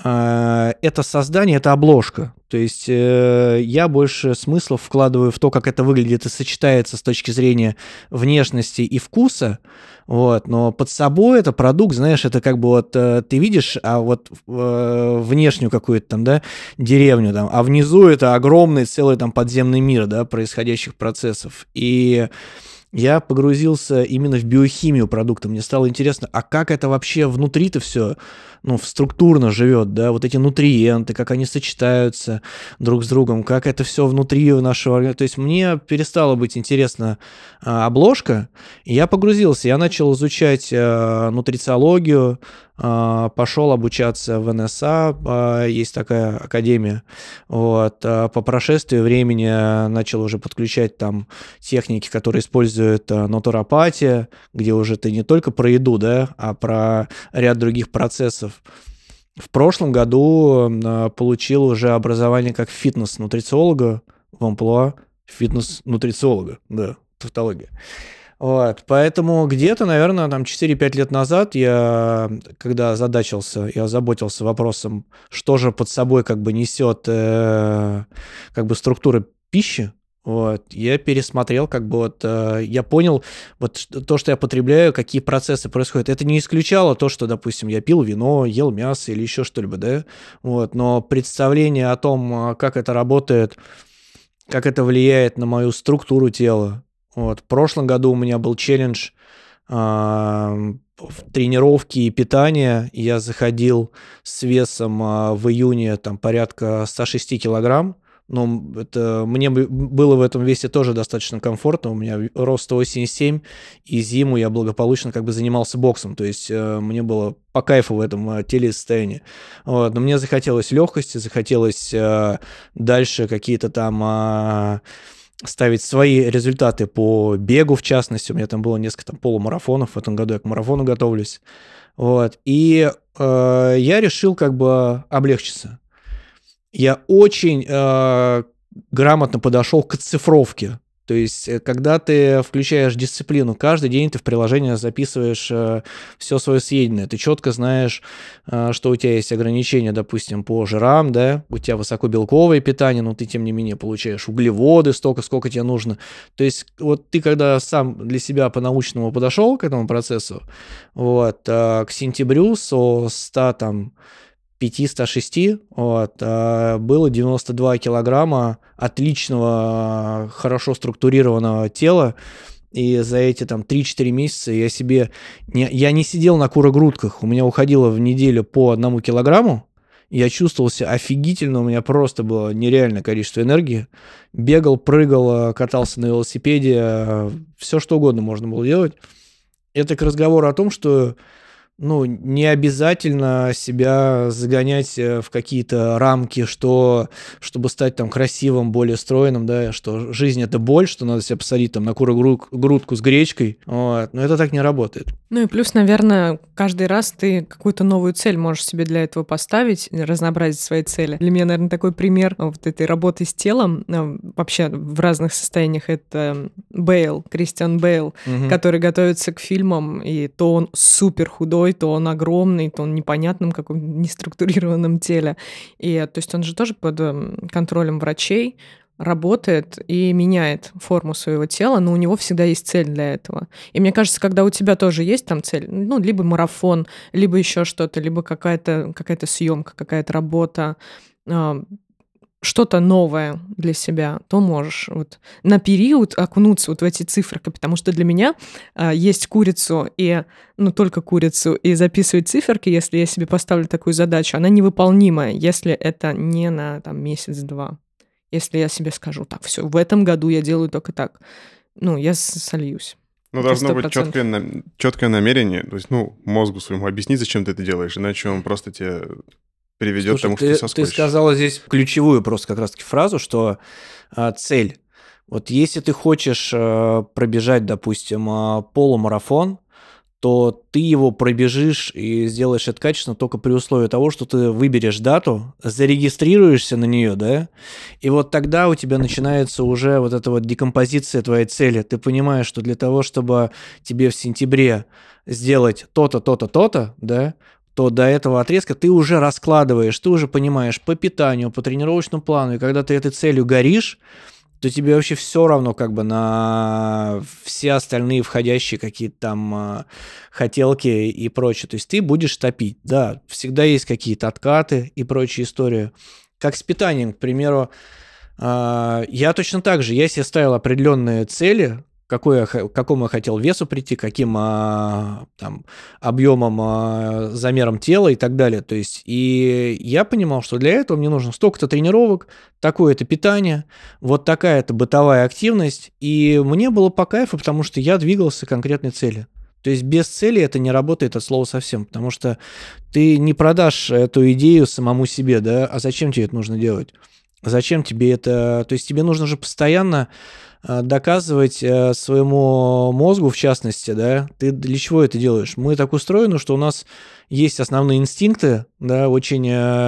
это создание, это обложка, то есть я больше смыслов вкладываю в то, как это выглядит и сочетается с точки зрения внешности и вкуса, вот, но под собой это продукт, знаешь, это как бы вот ты видишь, а вот внешнюю какую-то там, да, деревню там, а внизу это огромный целый там подземный мир, да, происходящих процессов. И я погрузился именно в биохимию продукта. Мне стало интересно, а как это вообще внутри-то все, ну, структурно живет, да, вот эти нутриенты, как они сочетаются друг с другом, как это все внутри нашего организма. То есть мне перестало быть интересна обложка, и я погрузился, я начал изучать нутрициологию, пошел обучаться в НСА, есть такая академия, вот, по прошествии времени начал уже подключать там техники, которые используют натуропатия, где уже ты не только про еду, да, а про ряд других процессов. В прошлом году получил уже образование как фитнес-нутрициолога в амплуа фитнес-нутрициолога, да, тавтология. Вот, поэтому где-то, наверное, там 4-5 лет назад я, когда озаботился вопросом, что же под собой как бы несет как бы структура пищи, вот, я пересмотрел, как бы вот, я понял, вот то, что я потребляю, какие процессы происходят. Это не исключало то, что, допустим, я пил вино, ел мясо или еще что-либо, да, вот, но представление о том, как это работает, как это влияет на мою структуру тела. Вот. В прошлом году у меня был челлендж в тренировке и питания. Я заходил с весом в июне там порядка 106 килограмм. Но мне было в этом весе тоже достаточно комфортно. У меня рост 187, и зиму я благополучно как бы занимался боксом. То есть мне было по кайфу в этом телесостоянии. Вот. Но мне захотелось легкости, захотелось дальше какие-то там ставить свои результаты по бегу, в частности. У меня там было несколько там полумарафонов. В этом году я к марафону готовлюсь. Вот. И я решил как бы облегчиться. Я очень грамотно подошел к оцифровке. То есть, когда ты включаешь дисциплину, каждый день ты в приложение записываешь все свое съеденное. Ты четко знаешь, что у тебя есть ограничения, допустим, по жирам, да, у тебя высокобелковое питание, но ты, тем не менее, получаешь углеводы столько, сколько тебе нужно. То есть, вот ты, когда сам для себя по-научному подошел к этому процессу, вот, к сентябрю со 100 там 5-106, вот, было 92 килограмма отличного, хорошо структурированного тела, и за эти там 3-4 месяца я не сидел на курогрудках, у меня уходило в неделю по 1 килограмму, я чувствовал себя офигительно, у меня просто было нереальное количество энергии, бегал, прыгал, катался на велосипеде, все что угодно можно было делать. Это к разговору о том, что ну, не обязательно себя загонять в какие-то рамки, что, чтобы стать там красивым, более стройным, да, что жизнь это боль, что надо себя посадить там на грудку с гречкой, вот. Но это так не работает. Ну и плюс, наверное, каждый раз ты какую-то новую цель можешь себе для этого поставить, разнообразить свои цели. Для меня, наверное, такой пример вот этой работы с телом, вообще в разных состояниях, это Кристиан Бейл, который готовится к фильмам, и то он супер худой, то он огромный, то он непонятном каком-то неструктурированном теле. И то есть он же тоже под контролем врачей работает и меняет форму своего тела, но у него всегда есть цель для этого. И мне кажется, когда у тебя тоже есть там цель, ну, либо марафон, либо еще что-то, либо какая-то съемка, какая-то работа, что-то новое для себя, то можешь вот на период окунуться вот в эти циферки, потому что для меня есть курицу и, ну, только курицу, и записывать циферки, если я себе поставлю такую задачу, она невыполнимая, если это не на там месяц-два. Если я себе скажу, так, все, в этом году я делаю только так, ну, я сольюсь. Ну, Это должно быть 100%. четкое намерение, то есть, ну, мозгу своему объяснить, зачем ты это делаешь, иначе он просто тебе приведет к Слушай, тому, что ты ты соскочишь. сказала здесь ключевую просто как раз-таки фразу, что цель. Вот если ты хочешь пробежать, допустим, полумарафон, то ты его пробежишь и сделаешь это качественно только при условии того, что ты выберешь дату, зарегистрируешься на нее, да, и вот тогда у тебя начинается уже вот эта вот декомпозиция твоей цели. Ты понимаешь, что для того, чтобы тебе в сентябре сделать то-то, то-то, то-то, да, то до этого отрезка ты уже раскладываешь, ты уже понимаешь по питанию, по тренировочному плану, и когда ты этой целью горишь, то тебе вообще все равно как бы на все остальные входящие какие-то там хотелки и прочее. То есть ты будешь топить. Да, всегда есть какие-то откаты и прочие истории. Как с питанием, к примеру, я точно так же, я себе ставил определенные цели, к какому я хотел весу прийти, каким там, объемом, замером тела и так далее. То есть, и я понимал, что для этого мне нужно столько-то тренировок, такое-то питание, вот такая-то бытовая активность, и мне было по кайфу, потому что я двигался к конкретной цели. То есть без цели это не работает от слова совсем, потому что ты не продашь эту идею самому себе, да, а зачем тебе это нужно делать? Зачем тебе это? То есть тебе нужно же постоянно доказывать своему мозгу, в частности, да, ты для чего это делаешь? Мы так устроены, что у нас есть основные инстинкты, да, очень,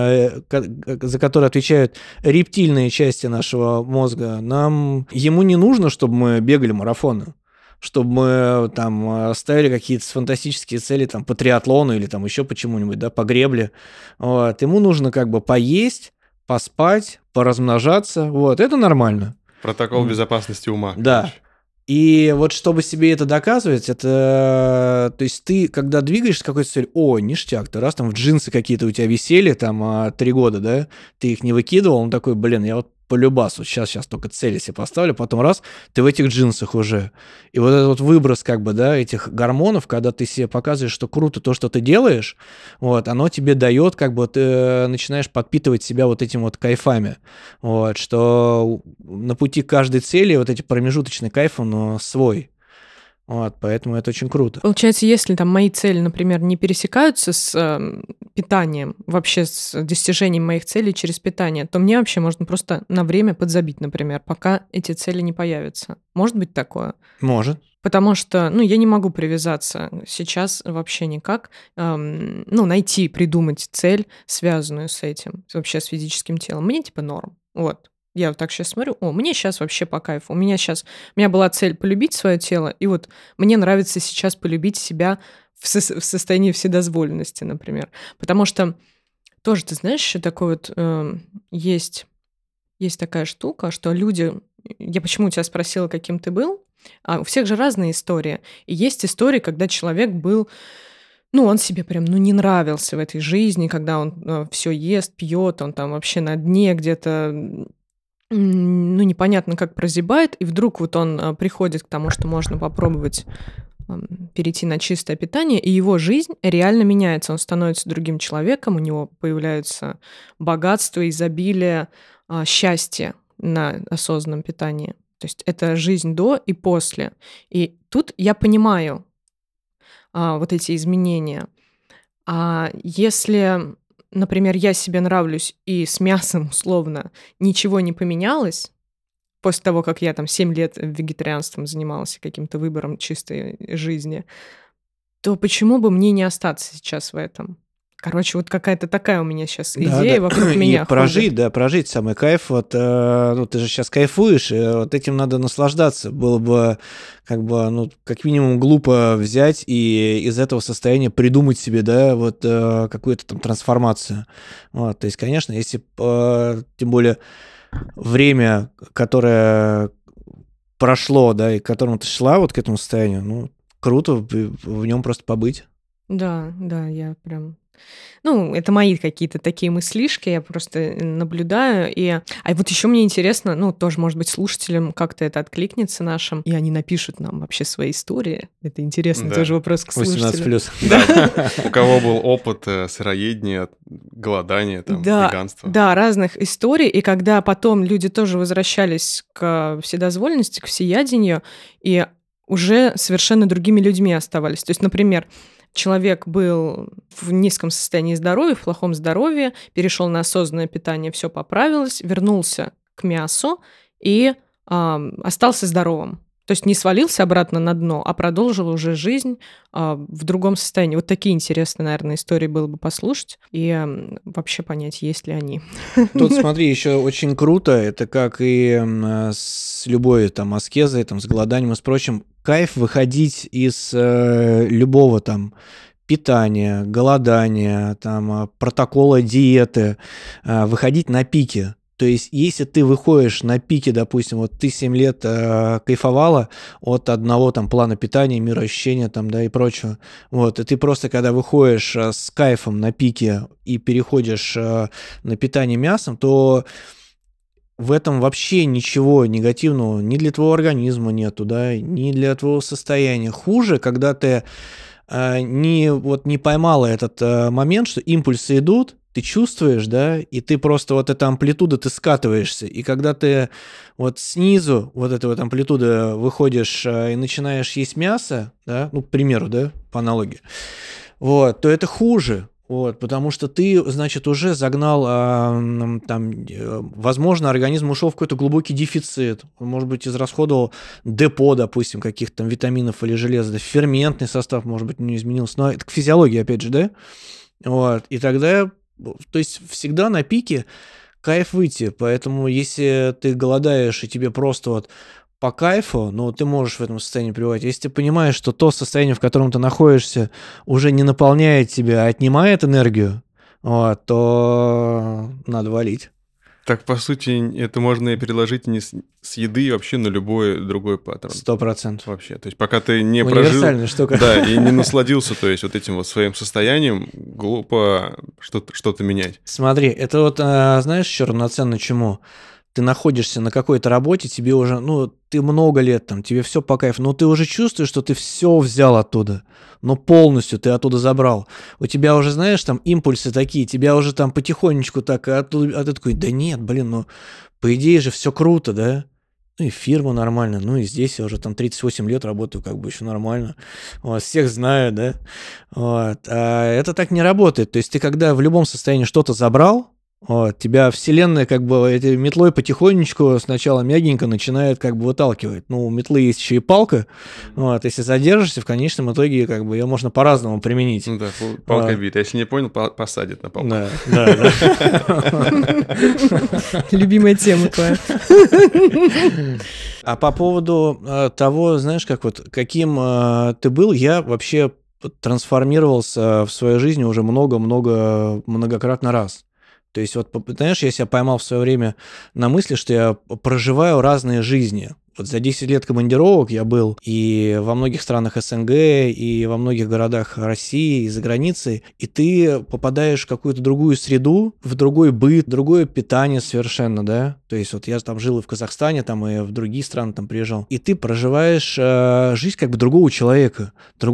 за которые отвечают рептильные части нашего мозга. Ему не нужно, чтобы мы бегали марафоны, чтобы мы там ставили какие-то фантастические цели там по триатлону или там еще почему-нибудь, да, по гребле. Вот. Ему нужно как бы поесть, поспать, поразмножаться. Вот, это нормально. Протокол безопасности ума. Да. Короче. И вот чтобы себе это доказывать, это... То есть ты, когда двигаешься к какой-то цели, ништяк, ты раз там в джинсы какие-то у тебя висели там 3 года, да, ты их не выкидывал, он такой, блин, я вот полюбас, вот сейчас только цели себе поставлю, потом раз, ты в этих джинсах уже. И вот этот вот выброс как бы, да, этих гормонов, когда ты себе показываешь, что круто то, что ты делаешь, вот, оно тебе дает, как бы ты начинаешь подпитывать себя вот этим вот кайфами, вот, что на пути к каждой цели вот эти промежуточные кайфы, он свой. Вот, поэтому это очень круто. Получается, если там мои цели, например, не пересекаются с питанием, вообще с достижением моих целей через питание, то мне вообще можно просто на время подзабить, например, пока эти цели не появятся. Может быть такое? Может. Потому что, ну, я не могу привязаться сейчас вообще никак, ну, найти, придумать цель, связанную с этим, вообще с физическим телом. Мне типа норм. Вот. Я вот так сейчас смотрю, мне сейчас вообще по кайфу. У меня была цель полюбить свое тело, и вот мне нравится сейчас полюбить себя в состоянии вседозволенности, например. Потому что тоже, ты знаешь, еще такой вот есть такая штука, что люди... Я почему у тебя спросила, каким ты был? У всех же разные истории. И есть истории, когда человек был... Ну, он себе прям, не нравился в этой жизни, когда он все ест, пьет, он там вообще на дне где-то, непонятно как прозябает, и вдруг вот он приходит к тому, что можно попробовать перейти на чистое питание, и его жизнь реально меняется. Он становится другим человеком, у него появляются богатство, изобилие, счастье на осознанном питании. То есть это жизнь до и после. И тут я понимаю вот эти изменения. А если, например, я себе нравлюсь, и с мясом, условно, ничего не поменялось, после того, как я там 7 лет вегетарианством занималась, каким-то выбором чистой жизни, то почему бы мне не остаться сейчас в этом? Короче, вот какая-то такая у меня сейчас идея вокруг меня И прожить, ходит. да, прожить самый кайф. Вот, ну, ты же сейчас кайфуешь, и вот этим надо наслаждаться. Было бы, как бы, ну, как минимум глупо взять и из этого состояния придумать себе, да, вот какую-то там трансформацию. Вот, то есть, конечно, если, тем более, время, которое прошло, да, и к которому ты шла, вот к этому состоянию, ну, круто в нем просто побыть. Да, да, я прям... Ну, это мои какие-то такие мыслишки, я просто наблюдаю. А вот еще мне интересно, ну, тоже, может быть, слушателям как-то это откликнется нашим, и они напишут нам вообще свои истории. Это интересный Да. тоже вопрос к 18 слушателям. плюс. У кого был опыт сыроедения, голодания, там, веганства. Да, разных историй. И когда потом люди тоже возвращались к вседозволенности, к всеядению, и уже совершенно другими людьми оставались. То есть, например, человек был в низком состоянии здоровья, в плохом здоровье, перешел на осознанное питание, все поправилось, вернулся к мясу и остался здоровым. То есть не свалился обратно на дно, а продолжил уже жизнь в другом состоянии. Вот такие интересные, наверное, истории было бы послушать и вообще понять, есть ли они. Тут, смотри, еще очень круто, это как и с любой там аскезой, там, с голоданием и с прочим, кайф выходить из любого там питания, голодания, там, протокола диеты, выходить на пике. То есть, если ты выходишь на пике, допустим, вот ты 7 лет кайфовала от одного там плана питания, мироощущения там, да, и прочего, вот, и ты просто, когда выходишь с кайфом на пике и переходишь на питание мясом, то в этом вообще ничего негативного ни для твоего организма нету, да, ни для твоего состояния. Хуже, когда ты не поймала этот момент, что импульсы идут, ты чувствуешь, да, и ты просто вот эта амплитуда, ты скатываешься. И когда ты вот снизу вот этой вот амплитуды выходишь и начинаешь есть мясо, да, ну, к примеру, да, по аналогии, вот, то это хуже. Вот, потому что ты, значит, уже загнал, возможно, организм ушел в какой-то глубокий дефицит. Он, может быть, израсходовал депо, допустим, каких-то там витаминов или железа. Да, ферментный состав, может быть, не изменился. Но это к физиологии, опять же, да? Вот, и тогда, то есть всегда на пике кайф выйти. Поэтому если ты голодаешь и тебе просто вот по кайфу, ну, ты можешь в этом состоянии пребывать. Если ты понимаешь, что то состояние, в котором ты находишься, уже не наполняет тебя, а отнимает энергию, вот, то надо валить. Так, по сути, это можно и переложить не с еды вообще на любой другой паттерн. 100%. Вообще. То есть пока ты не прожил... Универсальная штука. Да, и не насладился, то есть вот этим вот своим состоянием, глупо что-то менять. Смотри, это вот, знаешь, еще равноценно чему? Ты находишься на какой-то работе, тебе уже, ну, ты много лет там, тебе все по кайфу, но ты уже чувствуешь, что ты все взял оттуда, но полностью ты оттуда забрал. У тебя уже, знаешь, там импульсы такие, тебя уже там потихонечку так, а ты такой, да нет, блин, ну, по идее же все круто, да? Ну и фирма нормально, ну и здесь я уже там 38 лет работаю, как бы еще нормально. Вот, всех знаю, да? Вот. А это так не работает. То есть ты когда в любом состоянии что-то забрал, вот, тебя вселенная как бы этой метлой потихонечку сначала мягенько начинает как бы выталкивать. Ну, у метлы есть еще и палка. Вот, если задержишься, в конечном итоге как бы ее можно по-разному применить. Ну да, палкой бит. Если не понял, посадит на палку. Да. Любимая тема твоя. А по поводу того, знаешь, как вот каким ты был, я вообще трансформировался в своей жизни уже многократно раз. То есть, вот, знаешь, я себя поймал в свое время на мысли, что я проживаю разные жизни. Вот за 10 лет командировок я был и во многих странах СНГ, и во многих городах России, и за границей, и ты попадаешь в какую-то другую среду, в другой быт, другое питание совершенно, да. То есть вот я там жил и в Казахстане, там и в другие страны там приезжал, и ты проживаешь жизнь как бы другого человека, другой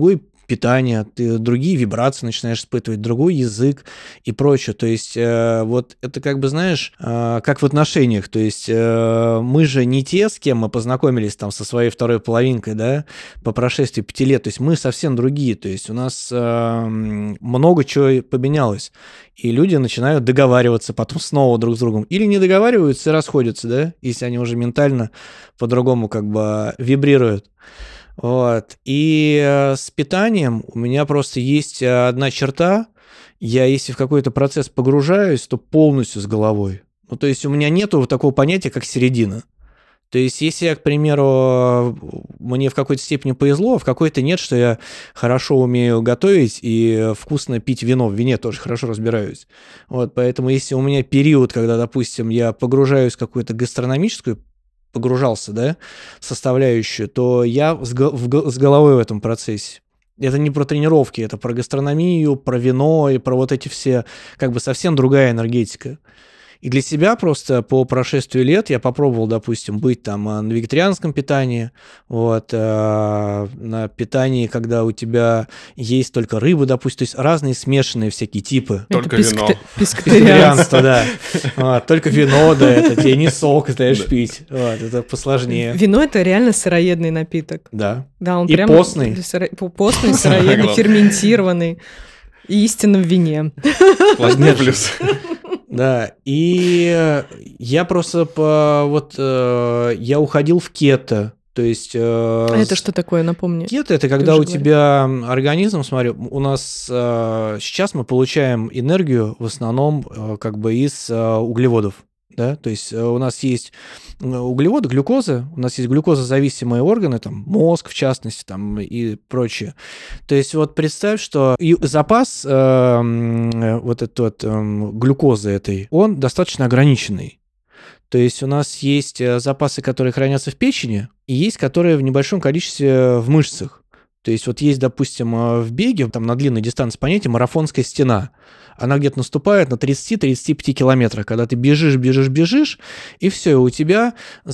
питание, ты другие вибрации начинаешь испытывать, другой язык и прочее. То есть вот это как бы, знаешь, как в отношениях. То есть мы же не те, с кем мы познакомились там со своей второй половинкой, да, по прошествии 5 лет. То есть мы совсем другие. То есть у нас много чего поменялось. И люди начинают договариваться потом снова друг с другом. Или не договариваются и расходятся, да, если они уже ментально по-другому как бы вибрируют. Вот. И с питанием у меня просто есть одна черта. Я, если в какой-то процесс погружаюсь, то полностью с головой. Ну, то есть у меня нету такого понятия, как середина. То есть если я, к примеру, мне в какой-то степени повезло, а в какой-то нет, что я хорошо умею готовить и вкусно пить вино. В вине тоже хорошо разбираюсь. Вот, поэтому если у меня период, когда, допустим, я погружаюсь в какую-то гастрономическую, погружался, да, составляющую, то я с головой в этом процессе. Это не про тренировки, это про гастрономию, про вино и про вот эти все, как бы совсем другая энергетика. И для себя просто по прошествию лет я попробовал, допустим, быть там на вегетарианском питании, вот, на питании, когда у тебя есть только рыба, допустим, то есть разные смешанные всякие типы. Только вино. Пескотарианство, да. Только вино, да, это тебе не сок, знаешь, пить. Вот, это посложнее. Вино — это реально сыроедный напиток. Да. Да, он И прям постный. Постный, сыроедный, ферментированный. И истинно в вине. Сплошной плюс. Да, и я просто я уходил в кето, то есть... Это что такое, напомни? Кето — это когда у тебя организм, смотри, у нас сейчас мы получаем энергию в основном как бы из углеводов, да, то есть у нас есть углеводы, глюкоза, у нас есть глюкозозависимые органы, там мозг в частности, там и прочее. То есть вот представь, что запас вот этот глюкозы этой, он достаточно ограниченный. То есть у нас есть запасы, которые хранятся в печени, и есть, которые в небольшом количестве в мышцах. То есть вот есть, допустим, в беге, там на длинной дистанции понятие марафонская стена. Она где-то наступает на 30-35 километрах, когда ты бежишь, и все, у тебя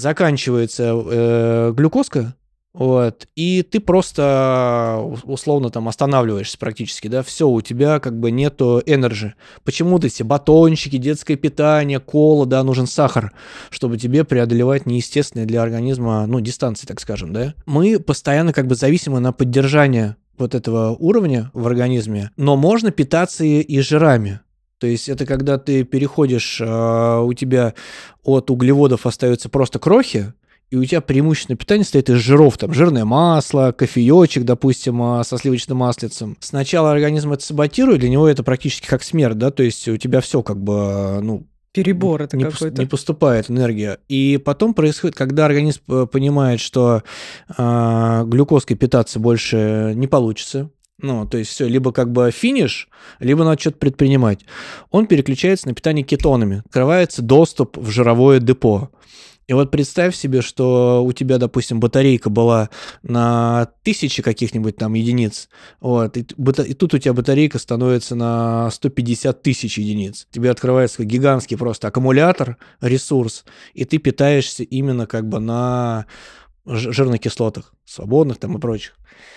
заканчивается глюкозка, вот, и ты просто условно там останавливаешься практически, да, все, у тебя как бы нету энерджи. Почему-то эти батончики, детское питание, кола, да, нужен сахар, чтобы тебе преодолевать неестественные для организма, ну, дистанции, так скажем, да. Мы постоянно как бы зависимы на поддержание вот этого уровня в организме, но можно питаться и жирами. То есть это когда ты переходишь, у тебя от углеводов остаются просто крохи, и у тебя преимущественное питание состоит из жиров, там жирное масло, кофеечек, допустим, со сливочным маслицем. Сначала организм это саботирует, для него это практически как смерть, да, то есть у тебя все как бы, ну, перебор это какой-то. Не поступает энергия. И потом происходит, когда организм понимает, что глюкозкой питаться больше не получится, ну, то есть все, либо как бы финиш, либо надо что-то предпринимать. Он переключается на питание кетонами. Открывается доступ в жировое депо. И вот представь себе, что у тебя, допустим, батарейка была на 1000 каких-нибудь там единиц, вот, и тут у тебя батарейка становится на 150 тысяч единиц. Тебе открывается гигантский просто аккумулятор, ресурс, и ты питаешься именно как бы на жирных кислотах, свободных там и прочих.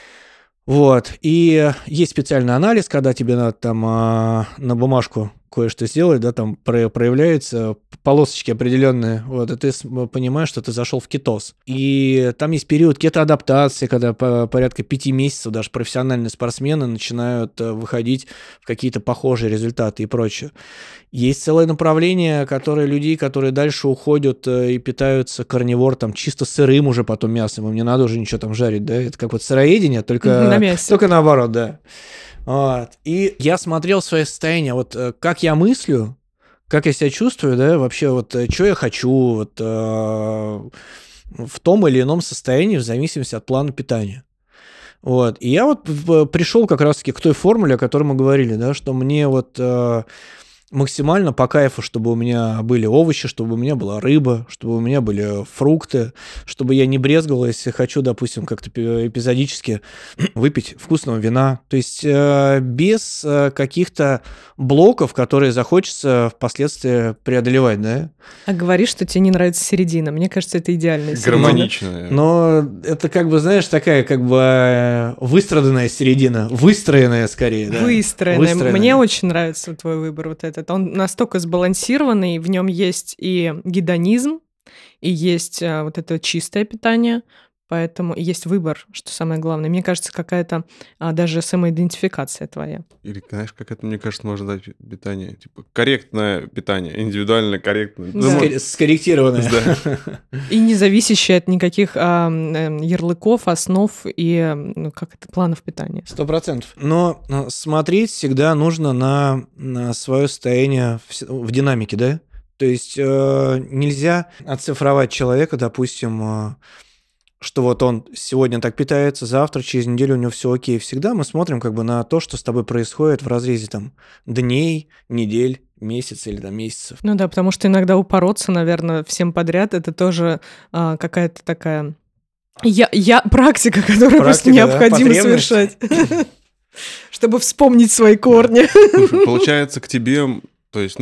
Вот, и есть специальный анализ, когда тебе надо там на бумажку кое-что сделать, да, там проявляются полосочки определенные, вот, и ты понимаешь, что ты зашел в кетоз. И там есть период кетоадаптации, когда порядка 5 месяцев даже профессиональные спортсмены начинают выходить в какие-то похожие результаты и прочее. Есть целое направление, людей, которые дальше уходят и питаются карнивор, там, чисто сырым уже потом мясом, им не надо уже ничего там жарить, да, это как вот сыроедение, только наоборот, да. Вот. И я смотрел свое состояние, вот как я мыслю, как я себя чувствую, да, вообще вот что я хочу вот, в том или ином состоянии в зависимости от плана питания. Вот. И я вот пришел как раз-таки к той формуле, о которой мы говорили, да, что мне вот максимально по кайфу, чтобы у меня были овощи, чтобы у меня была рыба, чтобы у меня были фрукты, чтобы я не брезговал, если хочу, допустим, как-то эпизодически выпить вкусного вина. То есть без каких-то блоков, которые захочется впоследствии преодолевать, да? А говоришь, что тебе не нравится середина. Мне кажется, это идеальная середина. Гармоничная. Но это как бы, знаешь, такая как бы выстраданная середина, выстроенная скорее. Да? Выстроенная. Мне очень нравится твой выбор вот этот. Он настолько сбалансированный, в нем есть и гедонизм, и есть вот это чистое питание, поэтому и есть выбор, что самое главное. Мне кажется, какая-то даже самоидентификация твоя. Или, знаешь, как это, мне кажется, можно дать питание? Типа корректное питание, индивидуально корректное. Да. Скорректированное. Да. И не зависящее от никаких ярлыков, основ и планов питания. 100%. Но смотреть всегда нужно на свое состояние в динамике, да? То есть нельзя оцифровать человека, допустим, что вот он сегодня так питается, завтра, через неделю у него все окей. Всегда мы смотрим как бы на то, что с тобой происходит в разрезе там дней, недель, месяцев или там месяцев. Ну да, потому что иногда упороться, наверное, всем подряд, это тоже какая-то такая практика, которую просто необходимо совершать, чтобы вспомнить свои корни. Слушай, получается, к тебе, то есть,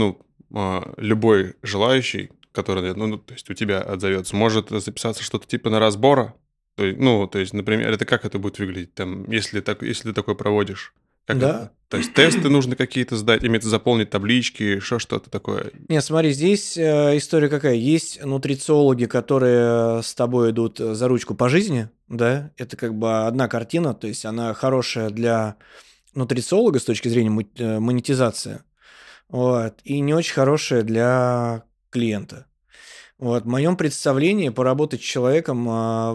любой желающий, который, то есть у тебя отзовется, может записаться что-то типа на разбора? То есть, например, это как это будет выглядеть, там, если ты такой проводишь? Как Да. это? То есть тесты нужно какие-то сдать, имеется заполнить таблички, что-то такое? Нет, смотри, здесь история какая. Есть нутрициологи, которые с тобой идут за ручку по жизни, да, это как бы одна картина, то есть она хорошая для нутрициолога с точки зрения монетизации, вот, и не очень хорошая для клиента. Вот, в моем представлении поработать с человеком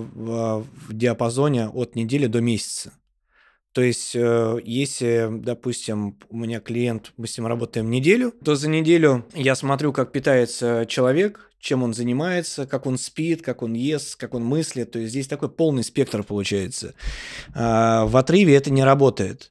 в диапазоне от недели до месяца. То есть, если, допустим, у меня клиент, мы с ним работаем неделю, то за неделю я смотрю, как питается человек, чем он занимается, как он спит, как он ест, как он мыслит. То есть здесь такой полный спектр получается. В отрыве это не работает.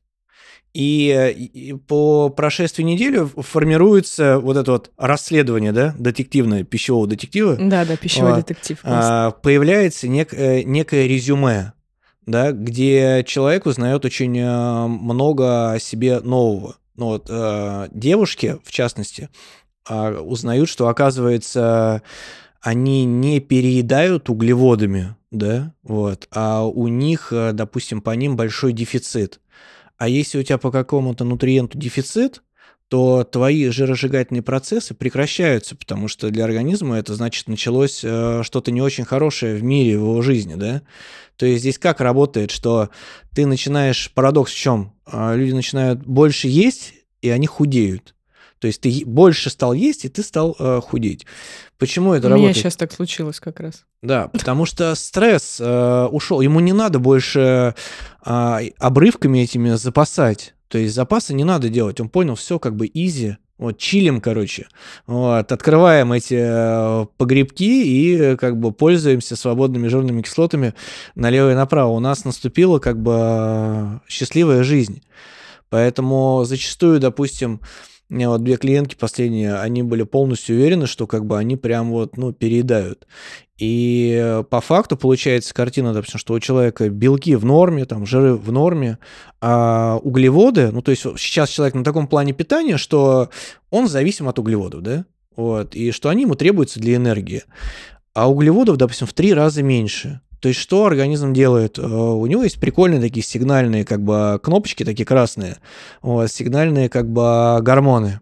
И по прошествии недели формируется вот это вот расследование, да, детективное, пищевого детектива. Да, пищевой детектив. Появляется некое резюме, да, где человек узнает очень много о себе нового. Девушки, в частности, узнают, что, оказывается, они не переедают углеводами, да, вот, а у них, допустим, по ним большой дефицит. А если у тебя по какому-то нутриенту дефицит, то твои жиросжигательные процессы прекращаются, потому что для организма это значит началось что-то не очень хорошее в мире, в его жизни, да. То есть здесь как работает, что ты начинаешь, парадокс в чем? Люди начинают больше есть, и они худеют. То есть ты больше стал есть, и ты стал худеть. Почему это работает? У меня сейчас так случилось как раз. Да, потому что стресс ушел. Ему не надо больше обрывками этими запасать. То есть запасы не надо делать. Он понял, все как бы изи. Вот, чилим, короче. Вот, открываем эти погребки и как бы пользуемся свободными жирными кислотами налево и направо. У нас наступила как бы счастливая жизнь. Поэтому зачастую, допустим, у меня вот 2 клиентки последние, они были полностью уверены, что как бы они прям вот, переедают. И по факту получается картина, допустим, что у человека белки в норме, там, жиры в норме, а углеводы, то есть сейчас человек на таком плане питания, что он зависим от углеводов, да, вот, и что они ему требуются для энергии. А углеводов, допустим, в 3 раза меньше. То есть что организм делает? У него есть прикольные такие сигнальные как бы кнопочки, такие красные, вот, сигнальные как бы гормоны.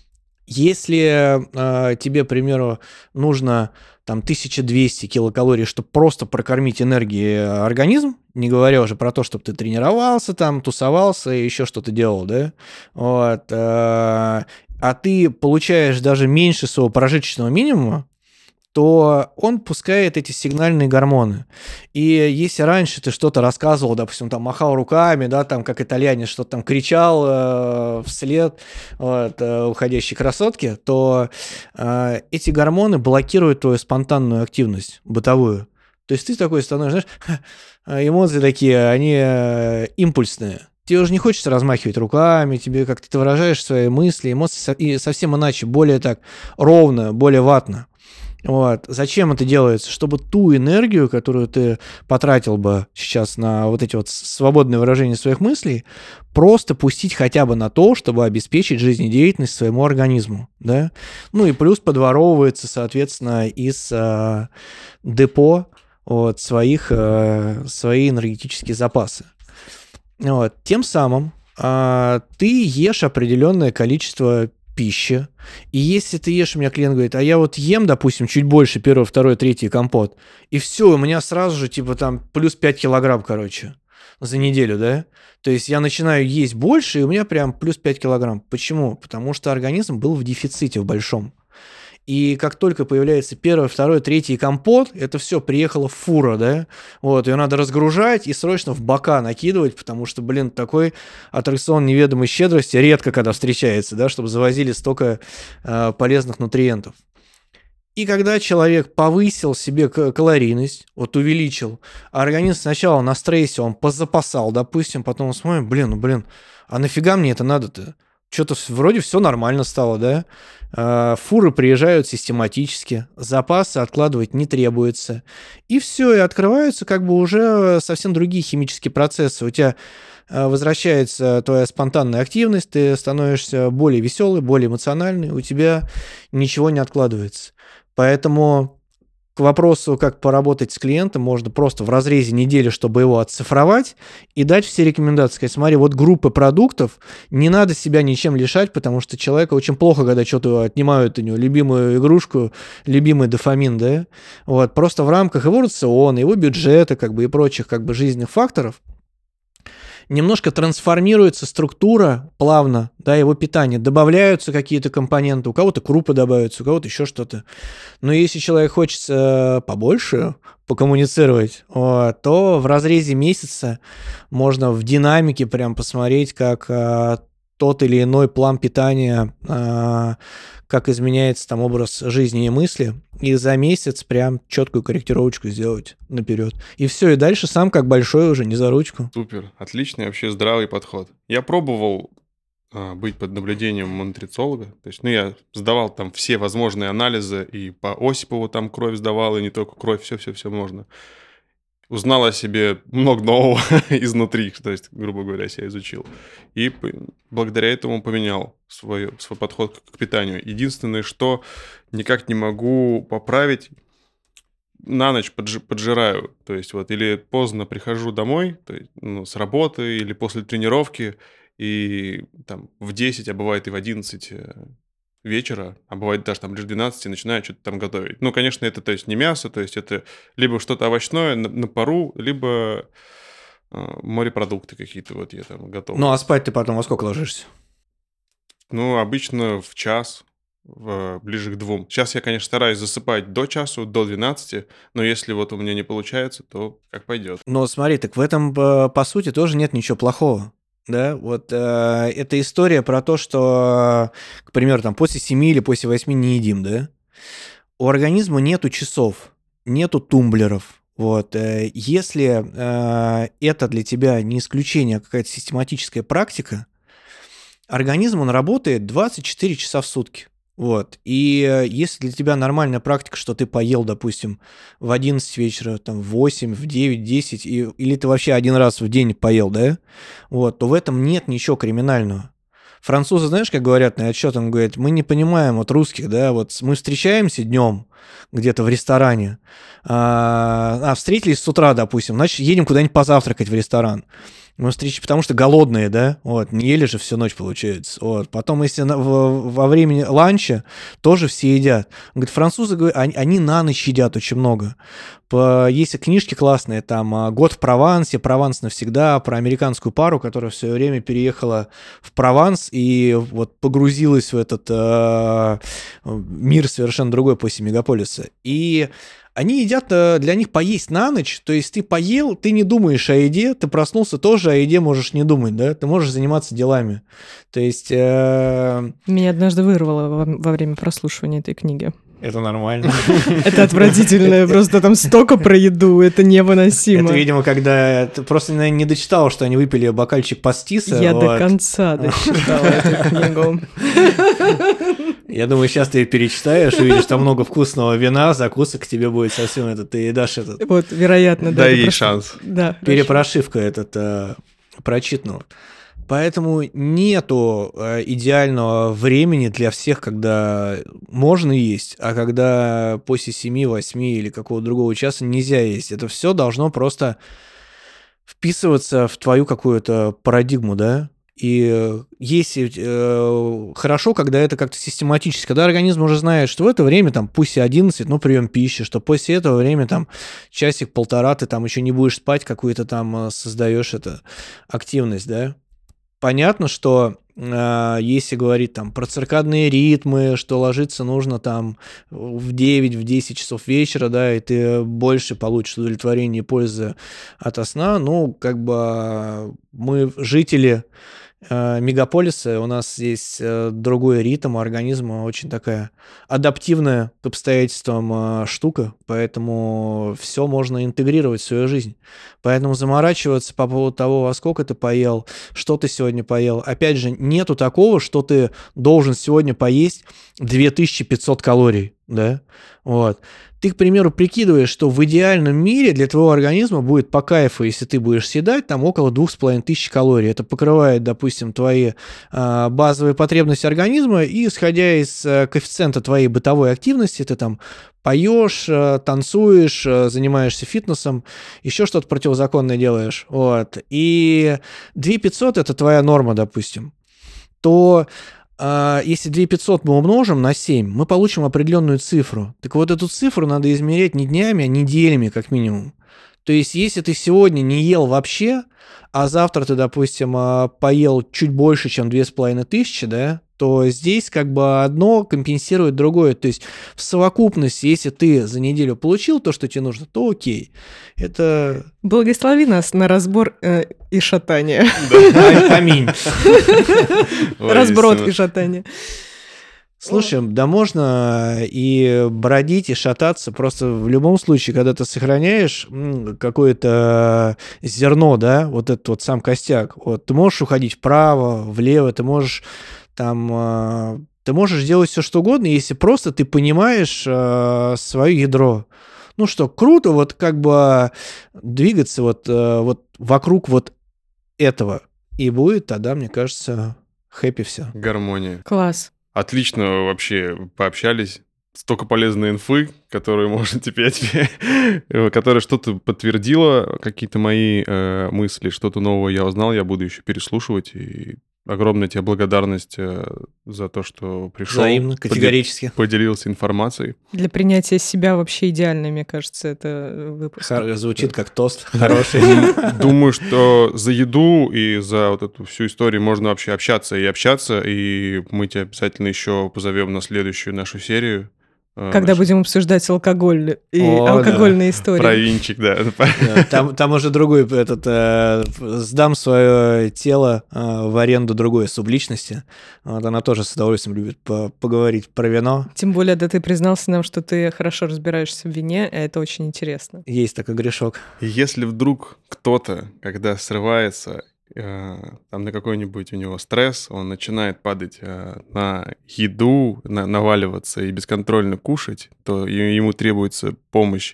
Если тебе, к примеру, нужно там 1200 килокалорий, чтобы просто прокормить энергией организм, не говоря уже про то, чтобы ты тренировался, там, тусовался и еще что-то делал, да, вот, а ты получаешь даже меньше своего прожиточного минимума, то он пускает эти сигнальные гормоны. И если раньше ты что-то рассказывал, допустим, там махал руками, да, там как итальянец что-то там кричал вслед уходящей красотке, то эти гормоны блокируют твою спонтанную активность бытовую. То есть ты такой становишься, знаешь, эмоции такие, они импульсные. тебе уже не хочется размахивать руками, тебе как-то ты выражаешь свои мысли, эмоции и совсем иначе, более так ровно, более ватно. Вот. Зачем это делается? Чтобы ту энергию, которую ты потратил бы сейчас на вот эти вот свободные выражения своих мыслей, просто пустить хотя бы на то, чтобы обеспечить жизнедеятельность своему организму. Да? Ну и плюс подворовывается, соответственно, из депо вот, свои энергетические запасы. Вот. Тем самым ты ешь определенное количество пищи. И если ты ешь, у меня клиент говорит, а я вот ем, допустим, чуть больше, первый, второй, третий компот, и все, у меня сразу же, типа, там, плюс 5 килограмм, короче, за неделю, да? То есть я начинаю есть больше, и у меня прям плюс 5 килограмм. Почему? Потому что организм был в дефиците в большом. И как только появляется первый, второй, третий компот, это все, приехала фура, да, вот, ее надо разгружать и срочно в бока накидывать, потому что, блин, такой аттракцион неведомой щедрости редко когда встречается, да, чтобы завозили столько полезных нутриентов. И когда человек повысил себе калорийность, вот увеличил, а организм сначала на стрессе, он позапасал, допустим, потом он смотрит, блин, а нафига мне это надо-то? Что-то вроде все нормально стало, да? Фуры приезжают систематически, запасы откладывать не требуется. И все, и открываются как бы уже совсем другие химические процессы. У тебя возвращается твоя спонтанная активность, ты становишься более веселый, более эмоциональный, у тебя ничего не откладывается. Поэтому к вопросу, как поработать с клиентом, можно просто в разрезе недели, чтобы его оцифровать, и дать все рекомендации. Сказать, смотри, вот группы продуктов, не надо себя ничем лишать, потому что человеку очень плохо, когда что-то отнимают у него любимую игрушку, любимый дофамин, да? Вот, просто в рамках его рациона, его бюджета, как бы, и прочих, как бы, жизненных факторов немножко трансформируется структура плавно, да, его питания. Добавляются какие-то компоненты, у кого-то крупы добавятся, у кого-то еще что-то. Но если человек хочет побольше покоммуницировать, то в разрезе месяца можно в динамике прям посмотреть, как тот или иной план питания, как изменяется там образ жизни и мысли, и за месяц прям четкую корректировочку сделать наперед. И все, и дальше сам как большой уже, не за ручку. Супер, отличный вообще здравый подход. Я пробовал быть под наблюдением нутрициолога. То есть, я сдавал там все возможные анализы, и по Осипову там кровь сдавал, и не только кровь, все можно. Узнал о себе много нового изнутри, то есть, грубо говоря, себя изучил. И благодаря этому поменял свой подход к питанию. Единственное, что никак не могу поправить, на ночь поджираю. То есть вот или поздно прихожу домой, то есть, с работы, или после тренировки, и там в 10, а бывает и в 11 вечера, а бывает даже там лишь 12, начинаю что-то там готовить. Конечно, это, то есть, не мясо, то есть это либо что-то овощное на пару, либо морепродукты какие-то вот я там готовлю. Ну, а спать ты потом во сколько ложишься? Обычно в час, ближе к 2. Сейчас я, конечно, стараюсь засыпать до часу, до 12, но если вот у меня не получается, то как пойдет. Но смотри, так в этом, по сути, тоже нет ничего плохого. Да, вот эта история про то, что, к примеру, там после 7 или после 8 не едим, да? У организма нету часов, нету тумблеров. Вот. Если это для тебя не исключение, а какая-то систематическая практика, организм, он работает 24 часа в сутки. Вот. И если для тебя нормальная практика, что ты поел, допустим, в 11 вечера, там, в 8, в 9, 10, или ты вообще один раз в день поел, да, вот, то в этом нет ничего криминального. Французы, знаешь, как говорят на отчет, он говорит, мы не понимаем вот русских, да, вот мы встречаемся днем где-то в ресторане, встретились с утра, допустим, значит, едем куда-нибудь позавтракать в ресторан. Мы встречаемся, потому что голодные, да, вот, не ели же всю ночь, получается, вот. Потом, если во время ланча, тоже все едят. Он говорит, французы, они на ночь едят очень много. Есть книжки классные, там «Год в Провансе», «Прованс навсегда», про американскую пару, которая в свое время переехала в Прованс и вот погрузилась в этот мир совершенно другой после мегаполиса. И они едят, для них поесть на ночь, то есть ты поел, ты не думаешь о еде, ты проснулся тоже, о еде можешь не думать, да, ты можешь заниматься делами. То есть... Меня однажды вырвало во время прослушивания этой книги. Это нормально. Это отвратительно, просто там столько про еду, это невыносимо. Это, видимо, когда ты просто наверное, не дочитал, что они выпили бокальчик пастиса. Я до конца дочитала эту книгу. Я думаю, сейчас ты перечитаешь, увидишь там много вкусного вина, закусок, тебе будет совсем это, ты дашь этот... Вот, вероятно, да. Дай ей шанс. Да. Перепрошивка этот прочитанного. Поэтому нету идеального времени для всех, когда можно есть, а когда после 7, 8 или какого-то другого часа нельзя есть. Это все должно просто вписываться в твою какую-то парадигму, да? И если хорошо, когда это как-то систематически, когда организм уже знает, что в это время, там, пусть и 11, но прием пищи, что после этого время, там, часик-полтора ты там еще не будешь спать, какую-то там создаешь эту активность, да? Понятно, что если говорить там про циркадные ритмы, что ложиться нужно там в 9-10 часов вечера, да, и ты больше получишь удовлетворение и пользы от сна, ну, как бы мы жители мегаполиса, у нас здесь другой ритм, у организма очень такая адаптивная к обстоятельствам штука, поэтому все можно интегрировать в свою жизнь. Поэтому заморачиваться по поводу того, во сколько ты поел, что ты сегодня поел. Опять же, нету такого, что ты должен сегодня поесть 2500 калорий, да, вот. Ты, к примеру, прикидываешь, что в идеальном мире для твоего организма будет по кайфу, если ты будешь съедать там около 2500 калорий. Это покрывает, допустим, твои базовые потребности организма, и исходя из коэффициента твоей бытовой активности, ты там поешь, танцуешь, занимаешься фитнесом, еще что-то противозаконное делаешь, вот. И 2500 – это твоя норма, допустим, то... Если 2500 мы умножим на 7, мы получим определенную цифру. Так вот, эту цифру надо измерять не днями, а неделями, как минимум. То есть, если ты сегодня не ел вообще, а завтра ты, допустим, поел чуть больше, чем 2500, да, то здесь как бы одно компенсирует другое. То есть, в совокупности, если ты за неделю получил то, что тебе нужно, то окей. Это... Благослови нас на разбор и шатание. Аминь. Разброд и шатание. Слушай, да можно и бродить, и шататься. Просто в любом случае, когда ты сохраняешь какое-то зерно, да, вот этот вот сам костяк, вот, ты можешь уходить вправо, влево, ты можешь там... Ты можешь делать все, что угодно, если просто ты понимаешь свое ядро. Ну что, круто вот как бы двигаться вот вокруг вот этого. И будет тогда, мне кажется, хэппи все. Гармония. Класс. Отлично вообще пообщались. Столько полезной инфы, которую можно теперь, которая что-то подтвердила, какие-то мои мысли, что-то новое я узнал, я буду еще переслушивать. И огромная тебе благодарность за то, что пришел. Взаимно, категорически. Поделился информацией. Для принятия себя вообще идеально, мне кажется, это выпуск. Звучит как тост хороший. Думаю, что за еду и за вот эту всю историю можно вообще общаться, и мы тебя обязательно еще позовем на следующую нашу серию. Когда будем обсуждать алкоголь и алкогольные истории. Про винчик, да. Там уже другой сдам свое тело в аренду другой субличности. Вот она тоже с удовольствием любит поговорить про вино. Тем более, да, ты признался нам, что ты хорошо разбираешься в вине, и это очень интересно. Есть такой грешок. Если вдруг кто-то, когда срывается там на какой-нибудь у него стресс, он начинает падать на еду, наваливаться и бесконтрольно кушать, то ему требуется помощь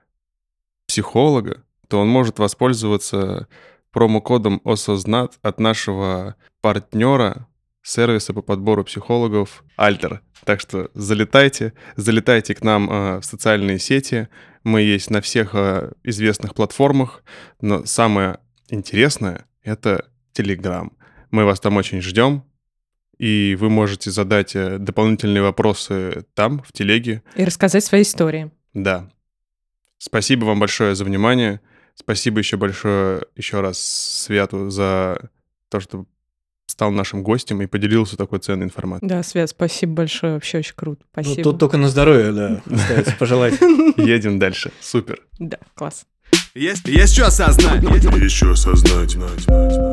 психолога, то он может воспользоваться промокодом ОСОЗНАТ от нашего партнера сервиса по подбору психологов Альтер. Так что залетайте к нам в социальные сети. Мы есть на всех известных платформах, но самое интересное — это Telegram. Мы вас там очень ждем, и вы можете задать дополнительные вопросы там, в телеге. И рассказать свои истории. Да. Спасибо вам большое за внимание. Спасибо еще большое еще раз Святу за то, что стал нашим гостем и поделился такой ценной информацией. Да, Свят, спасибо большое, вообще очень круто. Спасибо. Ну, тут только на здоровье, да, остается пожелать. Едем дальше. Супер. Да, класс. Есть что осознать. Есть что осознать.